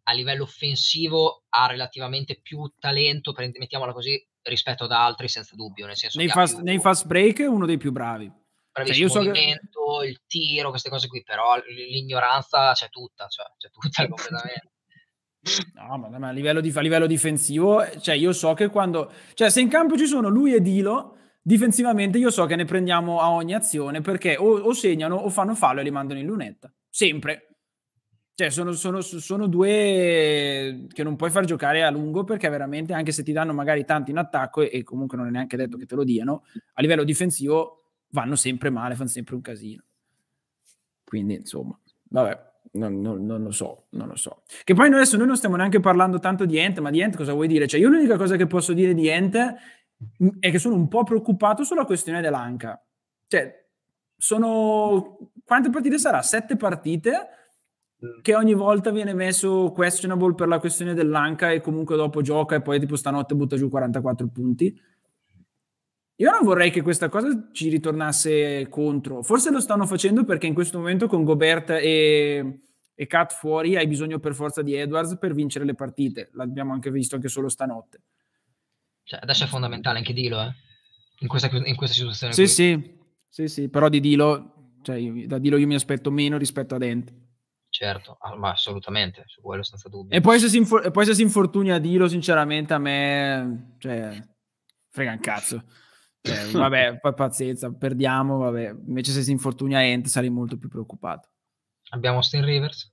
a livello offensivo ha relativamente più talento, mettiamola così, rispetto ad altri, senza dubbio, nel senso Nei che ha più fast break è uno dei più bravi. Cioè, io so che movimento, il tiro, queste cose qui, però l'ignoranza c'è tutta, cioè c'è tutta completamente. No, ma a livello difensivo, cioè io so che quando, cioè se in campo ci sono lui e Dilo, difensivamente io so che ne prendiamo a ogni azione, perché o segnano o fanno fallo e li mandano in lunetta, sempre. Cioè sono due che non puoi far giocare a lungo, perché veramente, anche se ti danno magari tanto in attacco, e comunque non è neanche detto che te lo diano, a livello difensivo vanno sempre male, fanno sempre un casino. Quindi insomma, vabbè, non lo so. Che poi adesso noi non stiamo neanche parlando tanto di Ent, ma di Ent cosa vuoi dire? Cioè io l'unica cosa che posso dire di Ent è che sono un po' preoccupato sulla questione dell'Anca. Cioè, quante partite sarà? 7 partite che ogni volta viene messo questionable per la questione dell'Anca, e comunque dopo gioca e poi tipo stanotte butta giù 44 punti. Io non vorrei che questa cosa ci ritornasse contro. Forse lo stanno facendo perché in questo momento con Gobert e Cat fuori hai bisogno per forza di Edwards per vincere le partite. L'abbiamo anche visto anche solo stanotte. Cioè, adesso è fondamentale anche Dilo, in questa situazione qui. Sì, però di Dilo, cioè da Dilo io mi aspetto meno rispetto a Ent. Certo, ma assolutamente, su quello senza dubbio. E poi se si infortuna Dilo, sinceramente a me, cioè, frega un cazzo. Vabbè, poi pazienza, perdiamo, vabbè. Invece se si infortuna Ent sarei molto più preoccupato. Abbiamo Austin Rivers,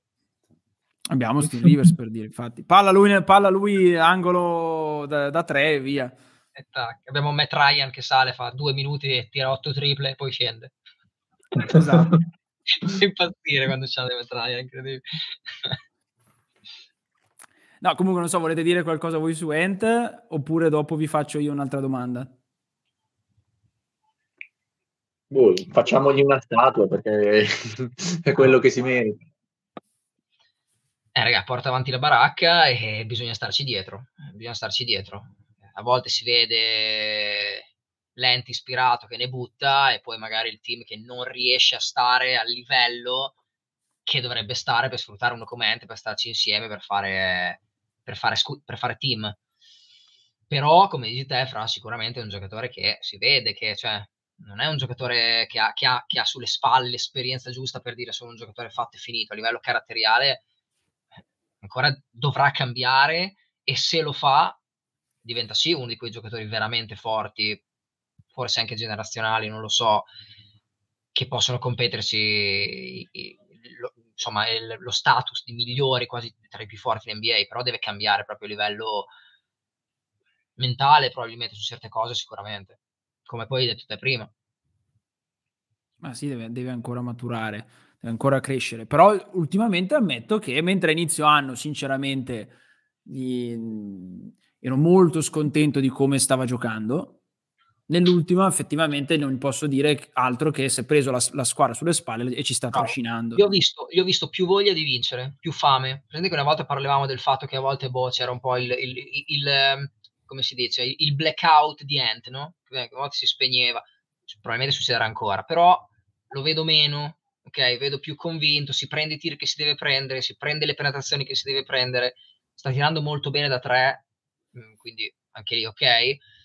per dire, infatti. Palla lui angolo da 3 e via. E tac. Abbiamo Matt Ryan che sale, fa 2 minuti e tira 8 triple e poi scende. Esatto. Impazzire quando c'ha Matt Ryan, incredibile. No, comunque non so, volete dire qualcosa voi su Ent oppure dopo vi faccio io un'altra domanda? Facciamogli una statua perché è quello che si merita. Raga, porta avanti la baracca e bisogna starci dietro. A volte si vede l'ente ispirato che ne butta e poi magari il team che non riesce a stare al livello che dovrebbe stare per sfruttare uno come Ent, per starci insieme, per fare team. Però, come dici te, Fra, sicuramente è un giocatore che si vede che, cioè, non è un giocatore che ha sulle spalle l'esperienza giusta per dire sono un giocatore fatto e finito. A livello caratteriale ancora dovrà cambiare, e se lo fa diventa sì uno di quei giocatori veramente forti, forse anche generazionali, non lo so, che possono competersi insomma lo status di migliori, quasi tra i più forti in NBA, però deve cambiare proprio a livello mentale, probabilmente su certe cose sicuramente, come poi hai detto te prima. Ma sì, deve ancora maturare, deve ancora crescere. Però ultimamente ammetto che mentre a inizio anno, sinceramente, ero molto scontento di come stava giocando, nell'ultima effettivamente non posso dire altro che si è preso la squadra sulle spalle e ci sta trascinando. Io ho visto più voglia di vincere, più fame. Presente che una volta parlavamo del fatto che a volte c'era un po' il come si dice, il blackout di Ant, no? Che a volte si spegneva, probabilmente succederà ancora, però lo vedo meno, ok? Vedo più convinto, si prende i tiri che si deve prendere, si prende le penetrazioni che si deve prendere, sta tirando molto bene da 3, quindi anche lì ok.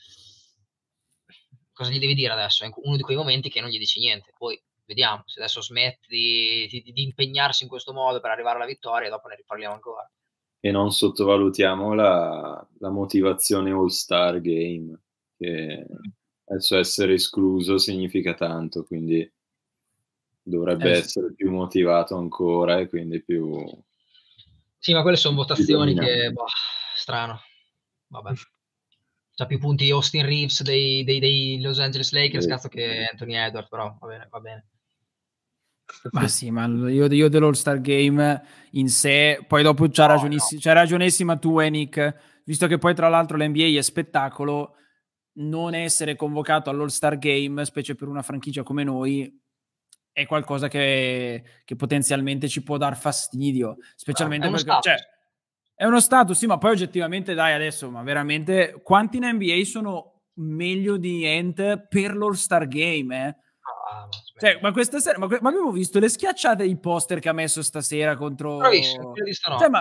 Cosa gli devi dire adesso? È uno di quei momenti che non gli dici niente, poi vediamo se adesso smette di impegnarsi in questo modo per arrivare alla vittoria, dopo ne riparliamo ancora. E non sottovalutiamo la motivazione All-Star Game, che adesso essere escluso significa tanto, quindi dovrebbe essere più motivato ancora e quindi più... Sì, ma quelle sono votazioni che... strano. Vabbè. C'ha più punti Austin Reeves dei Los Angeles Lakers, cazzo, che Anthony Edwards, però va bene. Ma sì, ma io dell'All-Star Game in sé, poi dopo c'ha ragionissima tu, Nick, visto che poi tra l'altro l'NBA è spettacolo, non essere convocato all'All-Star Game, specie per una franchigia come noi, è qualcosa che potenzialmente ci può dar fastidio, specialmente perché... Cioè, è uno status, sì, ma poi oggettivamente, dai, adesso, ma veramente, quanti in NBA sono meglio di Ant per l'All-Star Game, Cioè, ma questa sera, ma abbiamo visto le schiacciate, i poster che ha messo stasera contro... Bravissimo, quello di stanotte. Cioè, ma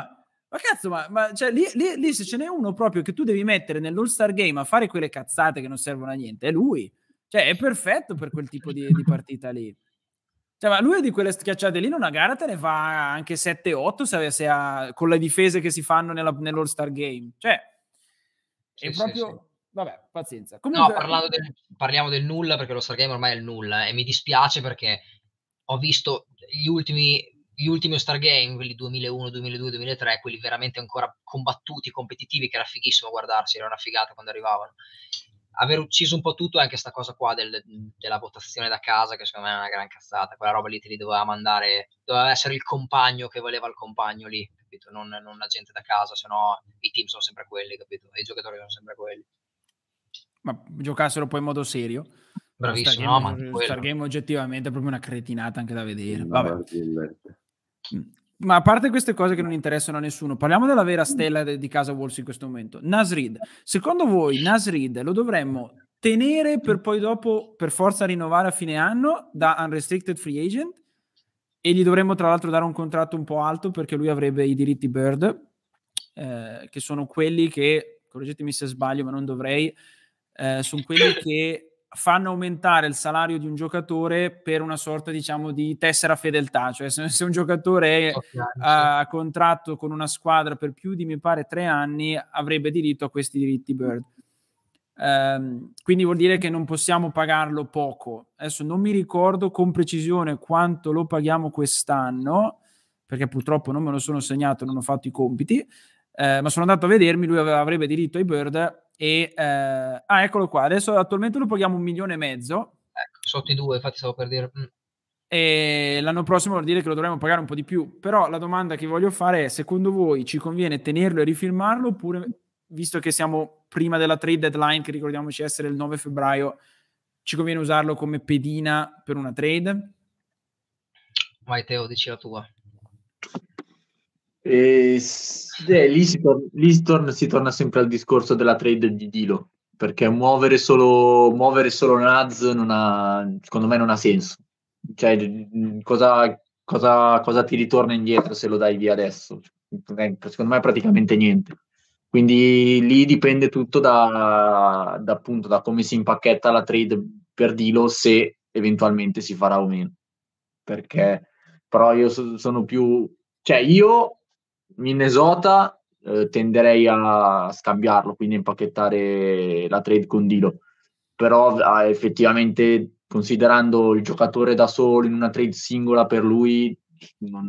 Ma cazzo, ma cioè, lì se ce n'è uno proprio che tu devi mettere nell'All-Star Game a fare quelle cazzate che non servono a niente, è lui. Cioè, è perfetto per quel tipo di partita lì. Cioè, ma lui di quelle schiacciate lì in una gara te ne fa anche 7-8 con le difese che si fanno nell'All-Star Game. Cioè, è Sì, sì, sì. proprio... Vabbè, pazienza. No, Comunque... parliamo del nulla, perché lo Star Game ormai è il nulla, e mi dispiace perché ho visto gli ultimi All-Star Game, quelli 2001, 2002, 2003, quelli veramente ancora combattuti, competitivi, che era fighissimo guardarsi, era una figata quando arrivavano. Aver ucciso un po' tutto è anche sta cosa qua della votazione da casa, che secondo me è una gran cazzata. Quella roba lì te li doveva mandare, doveva essere il compagno che voleva il compagno lì, capito? Non la gente da casa, sennò i team sono sempre quelli, capito? E i giocatori sono sempre quelli. Ma giocassero poi in modo serio. Bravissimo, no, ma anche Star quello. Game oggettivamente è proprio una cretinata anche da vedere. Una Vabbè. barzelletta. Ma a parte queste cose che non interessano a nessuno, parliamo della vera stella di casa Wolves in questo momento. Naz Reid. Secondo voi Naz Reid lo dovremmo tenere per poi dopo per forza rinnovare a fine anno da unrestricted free agent? E gli dovremmo tra l'altro dare un contratto un po' alto perché lui avrebbe i diritti Bird, che sono quelli che, correggetemi se sbaglio, ma non dovrei, sono quelli che fanno aumentare il salario di un giocatore per una sorta, diciamo, di tessera fedeltà. Cioè se un giocatore è a contratto con una squadra per più di, mi pare, 3 anni, avrebbe diritto a questi diritti Bird. Quindi vuol dire che non possiamo pagarlo poco. Adesso non mi ricordo con precisione quanto lo paghiamo quest'anno, perché purtroppo non me lo sono segnato, non ho fatto i compiti, ma sono andato a vedermi, lui avrebbe diritto ai Bird e eccolo qua, adesso attualmente lo paghiamo 1,5 milioni, Ecco, sotto i 2, infatti stavo per dire e l'anno prossimo vuol dire che lo dovremmo pagare un po' di più. Però la domanda che voglio fare è: secondo voi ci conviene tenerlo e rifirmarlo, oppure, visto che siamo prima della trade deadline, che ricordiamoci essere il 9 febbraio, ci conviene usarlo come pedina per una trade? Vai Teo, dici la tua. Lì si torna sempre al discorso della trade di Dilo, perché muovere solo Naz secondo me non ha senso. Cioè, cosa ti ritorna indietro se lo dai via adesso? Secondo me praticamente niente. Quindi lì dipende tutto appunto da come si impacchetta la trade per Dilo, se eventualmente si farà o meno. Perché però io sono più, cioè io Minnesota tenderei a scambiarlo, quindi impacchettare la trade con Dilo. Però effettivamente, considerando il giocatore da solo in una trade singola per lui, non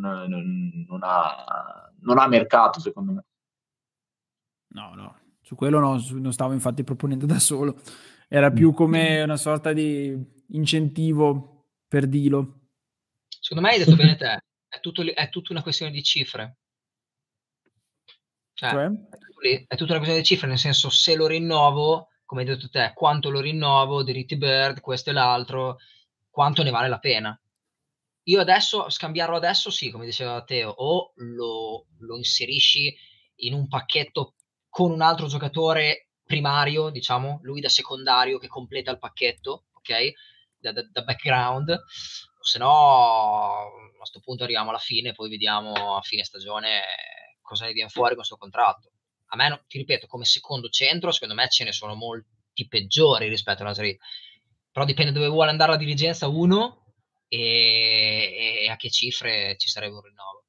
ha mercato, secondo me. No, su quello non stavo infatti proponendo da solo. Era più come una sorta di incentivo per Dilo. Secondo me hai detto bene te, è tutta una questione di cifre. Cioè, Cioè? è tutta una questione di cifre, nel senso, se lo rinnovo, come hai detto te, quanto lo rinnovo, diritti Bird, questo e l'altro, quanto ne vale la pena. Io adesso, scambiarlo adesso, sì, come diceva Teo, o lo inserisci in un pacchetto con un altro giocatore primario, diciamo, lui da secondario che completa il pacchetto, ok? Da background, o se no a questo punto arriviamo alla fine e poi vediamo a fine stagione cosa ne viene fuori con questo contratto. A me, ti ripeto, come secondo centro, secondo me ce ne sono molti peggiori rispetto a Nasri, però dipende dove vuole andare la dirigenza uno e a che cifre ci sarebbe un rinnovo.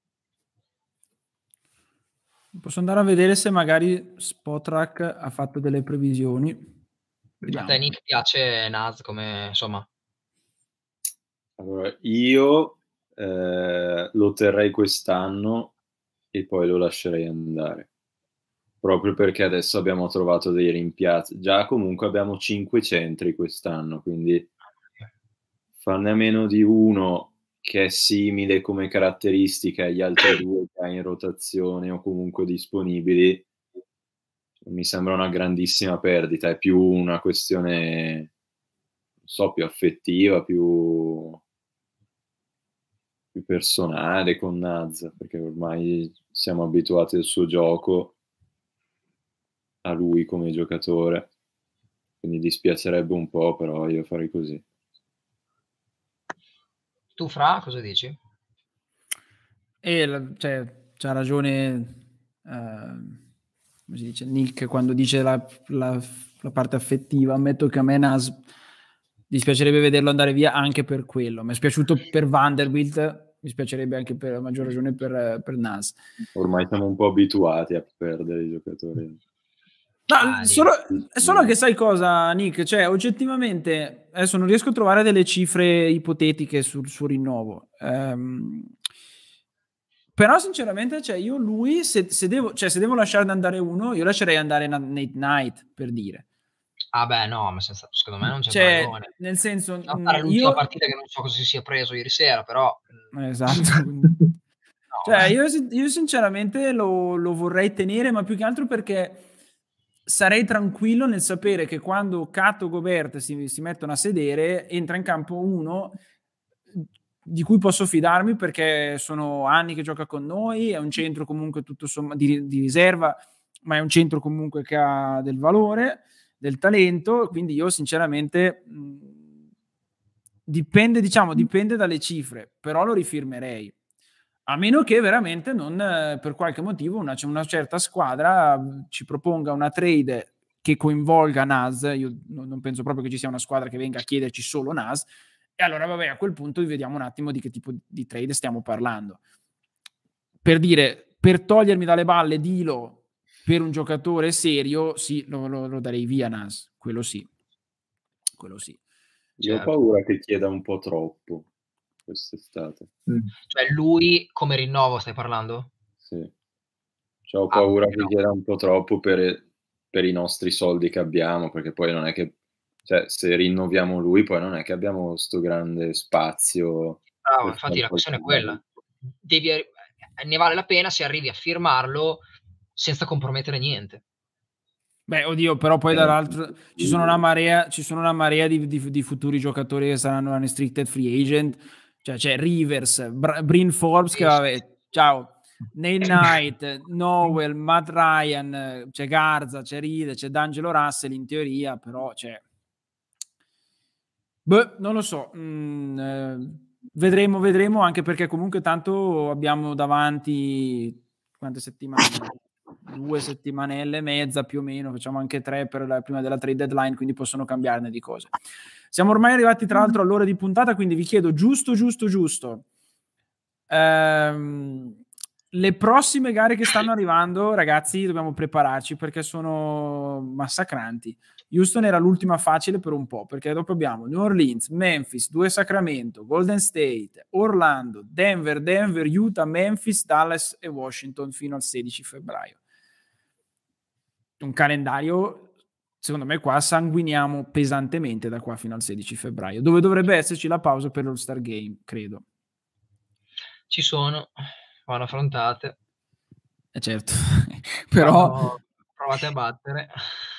Posso andare a vedere se magari Spotrac ha fatto delle previsioni. Vediamo. A te Nick piace Naz come, insomma? Allora, io lo terrei quest'anno e poi lo lascerei andare. Proprio perché adesso abbiamo trovato dei rimpiazzi. Già comunque abbiamo 5 centri quest'anno, quindi farne a meno di uno che è simile come caratteristiche agli altri due che hai in rotazione o comunque disponibili, mi sembra una grandissima perdita. È più una questione, non so, più affettiva, più personale con Naz, perché ormai siamo abituati al suo gioco, a lui come giocatore, quindi dispiacerebbe un po', però io farei così. Tu Fra, cosa dici? Cioè, c'ha ragione come si dice, Nick quando dice la parte affettiva, ammetto che a me Nas dispiacerebbe vederlo andare via anche per quello. Mi è spiaciuto per Vanderbilt, mi spiacerebbe anche per a maggior ragione per Nas. Ormai siamo un po' abituati a perdere i giocatori. No, solo che sai cosa, Nick? Cioè, oggettivamente, adesso non riesco a trovare delle cifre ipotetiche sul suo rinnovo. Però, sinceramente, cioè, io lui, se devo lasciarne andare uno, io lascerei andare Nate Knight, per dire. Ah beh, no, ma secondo me non c'è paragone. Nel senso, l'ultima partita che non so cosa si sia preso ieri sera, però... Esatto. Cioè, io sinceramente lo vorrei tenere, ma più che altro perché sarei tranquillo nel sapere che quando Cat o Gobert si mettono a sedere, entra in campo uno di cui posso fidarmi perché sono anni che gioca con noi, è un centro comunque tutto di riserva, ma è un centro comunque che ha del valore, del talento, quindi io sinceramente dipende dalle cifre, però lo rifirmerei. A meno che veramente non, per qualche motivo, una certa squadra ci proponga una trade che coinvolga Nas. Io non penso proprio che ci sia una squadra che venga a chiederci solo Nas. E allora, vabbè, a quel punto vediamo un attimo di che tipo di trade stiamo parlando. Per dire, per togliermi dalle balle Dilo per un giocatore serio, sì, lo darei via Nas. Quello sì. Io ho paura che chieda un po' troppo quest'estate. Cioè lui come rinnovo stai parlando? Sì. Cioè, ho paura che chieda un po' troppo per i nostri soldi che abbiamo, perché poi non è che, cioè, se rinnoviamo lui poi non è che abbiamo sto grande spazio. Infatti la questione è quella. Ne vale la pena se arrivi a firmarlo senza compromettere niente. Beh, oddio, però poi dall'altro ci sono una marea di futuri giocatori che saranno unrestricted free agent. Cioè c'è Rivers, Bryn Forbes che vabbè, ciao, Nate Knight, Nowell, Matt Ryan, c'è Garza, c'è Reed, c'è D'Angelo Russell in teoria, però c'è... non lo so. Vedremo anche perché comunque tanto abbiamo davanti quante settimane? 2 settimanelle e mezza più o meno, facciamo anche 3 per prima della trade deadline, quindi possono cambiarne di cose. Siamo ormai arrivati tra l'altro all'ora di puntata, quindi vi chiedo giusto le prossime gare che stanno arrivando, ragazzi, dobbiamo prepararci perché sono massacranti. Houston era l'ultima facile per un po', perché dopo abbiamo New Orleans, Memphis, 2 Sacramento, Golden State, Orlando, Denver, Utah, Memphis, Dallas e Washington fino al 16 febbraio. Un calendario, secondo me qua sanguiniamo pesantemente da qua fino al 16 febbraio, dove dovrebbe esserci la pausa per l'All-Star Game, credo. Ci sono, vanno affrontate. Certo, però... Provate a battere.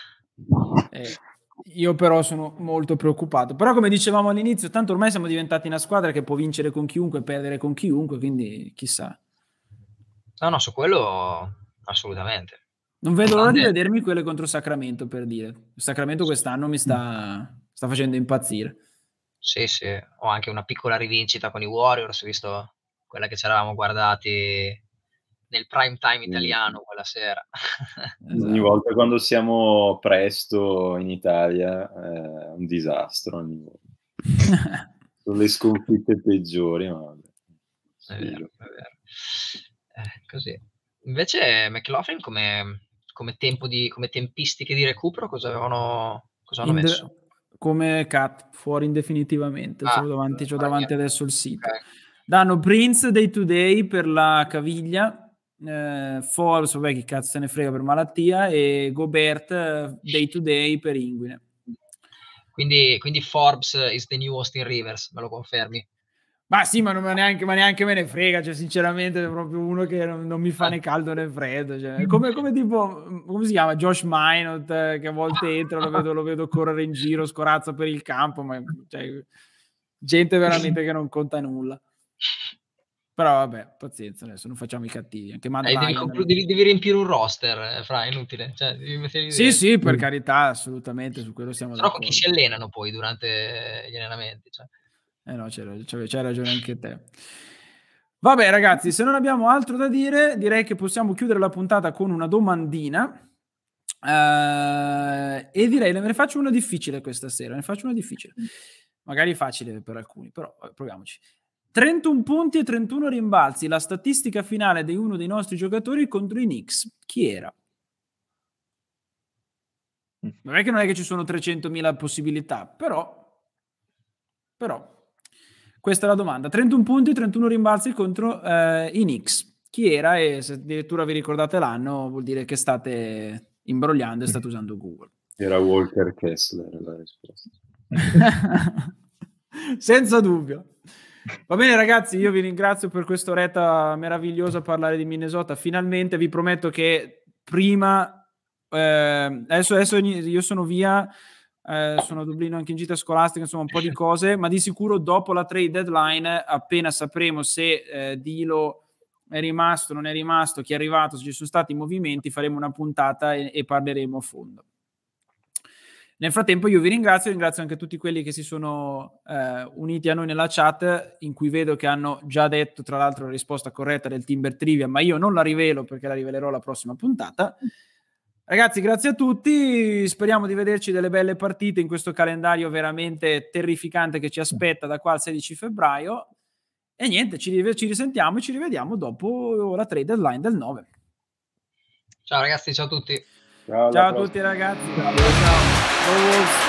Io però sono molto preoccupato. Però come dicevamo all'inizio, tanto ormai siamo diventati una squadra che può vincere con chiunque, perdere con chiunque, quindi chissà. No, su quello assolutamente. Non vedo l'ora di vedermi quelle contro Sacramento, per dire. Sacramento quest'anno mi sta facendo impazzire. Sì, ho anche una piccola rivincita con i Warriors, visto quella che ci eravamo guardati nel prime time italiano quella sera. Esatto. Ogni volta quando siamo presto in Italia è un disastro ogni volta. Sono le sconfitte peggiori, ma vabbè. È vero. Così. Invece McLaughlin come tempistiche di recupero cosa hanno messo? Come Cat, fuori definitivamente. C'ho davanti adesso il sito. Okay. Danno Prince day to day per la caviglia, Forbes, vabbè, chi cazzo se ne frega per malattia, e Gobert day to day per inguine. Quindi Forbes is the new Austin Rivers, me lo confermi? Ma sì, ma neanche me ne frega, cioè sinceramente è proprio uno che non mi fa né caldo né freddo, cioè, come tipo, come si chiama? Josh Minot, che a volte entra, lo vedo correre in giro, scorazza per il campo, ma cioè, gente veramente che non conta nulla. Però vabbè, pazienza, adesso non facciamo i cattivi. Anche devi riempire un roster, Fra, è inutile. Cioè, devi sì, per carità, assolutamente, su quello siamo d'accordo. Però con chi si allenano poi durante gli allenamenti? Cioè. No, c'hai ragione anche te. Vabbè ragazzi, se non abbiamo altro da dire, direi che possiamo chiudere la puntata con una domandina. E direi ne faccio una difficile questa sera, magari facile per alcuni, però proviamoci. 31 punti e 31 rimbalzi, la statistica finale di uno dei nostri giocatori contro i Knicks. Chi era? Non è che ci sono 300.000 possibilità, però questa è la domanda. 31 punti e 31 rimbalzi contro i Knicks. Chi era? E se addirittura vi ricordate l'anno, vuol dire che state imbrogliando e state usando Google. Era Walker Kessler la risposta. Senza dubbio. Va bene ragazzi, io vi ringrazio per quest'oretta meravigliosa a parlare di Minnesota. Finalmente vi prometto che prima adesso io sono via, sono a Dublino anche in gita scolastica, insomma un po' di cose, ma di sicuro dopo la trade deadline, appena sapremo se Dilo è rimasto, non è rimasto, chi è arrivato, se ci sono stati movimenti, faremo una puntata e parleremo a fondo. Nel frattempo io vi ringrazio anche tutti quelli che si sono uniti a noi nella chat, in cui vedo che hanno già detto tra l'altro la risposta corretta del Timber Trivia, ma io non la rivelo perché la rivelerò la prossima puntata. Ragazzi, grazie a tutti, speriamo di vederci delle belle partite in questo calendario veramente terrificante che ci aspetta da qua al 16 febbraio. E niente, ci risentiamo e ci rivediamo dopo la trade deadline del 9. Ciao ragazzi, ciao a tutti. Ciao a tutti ragazzi. Ciao.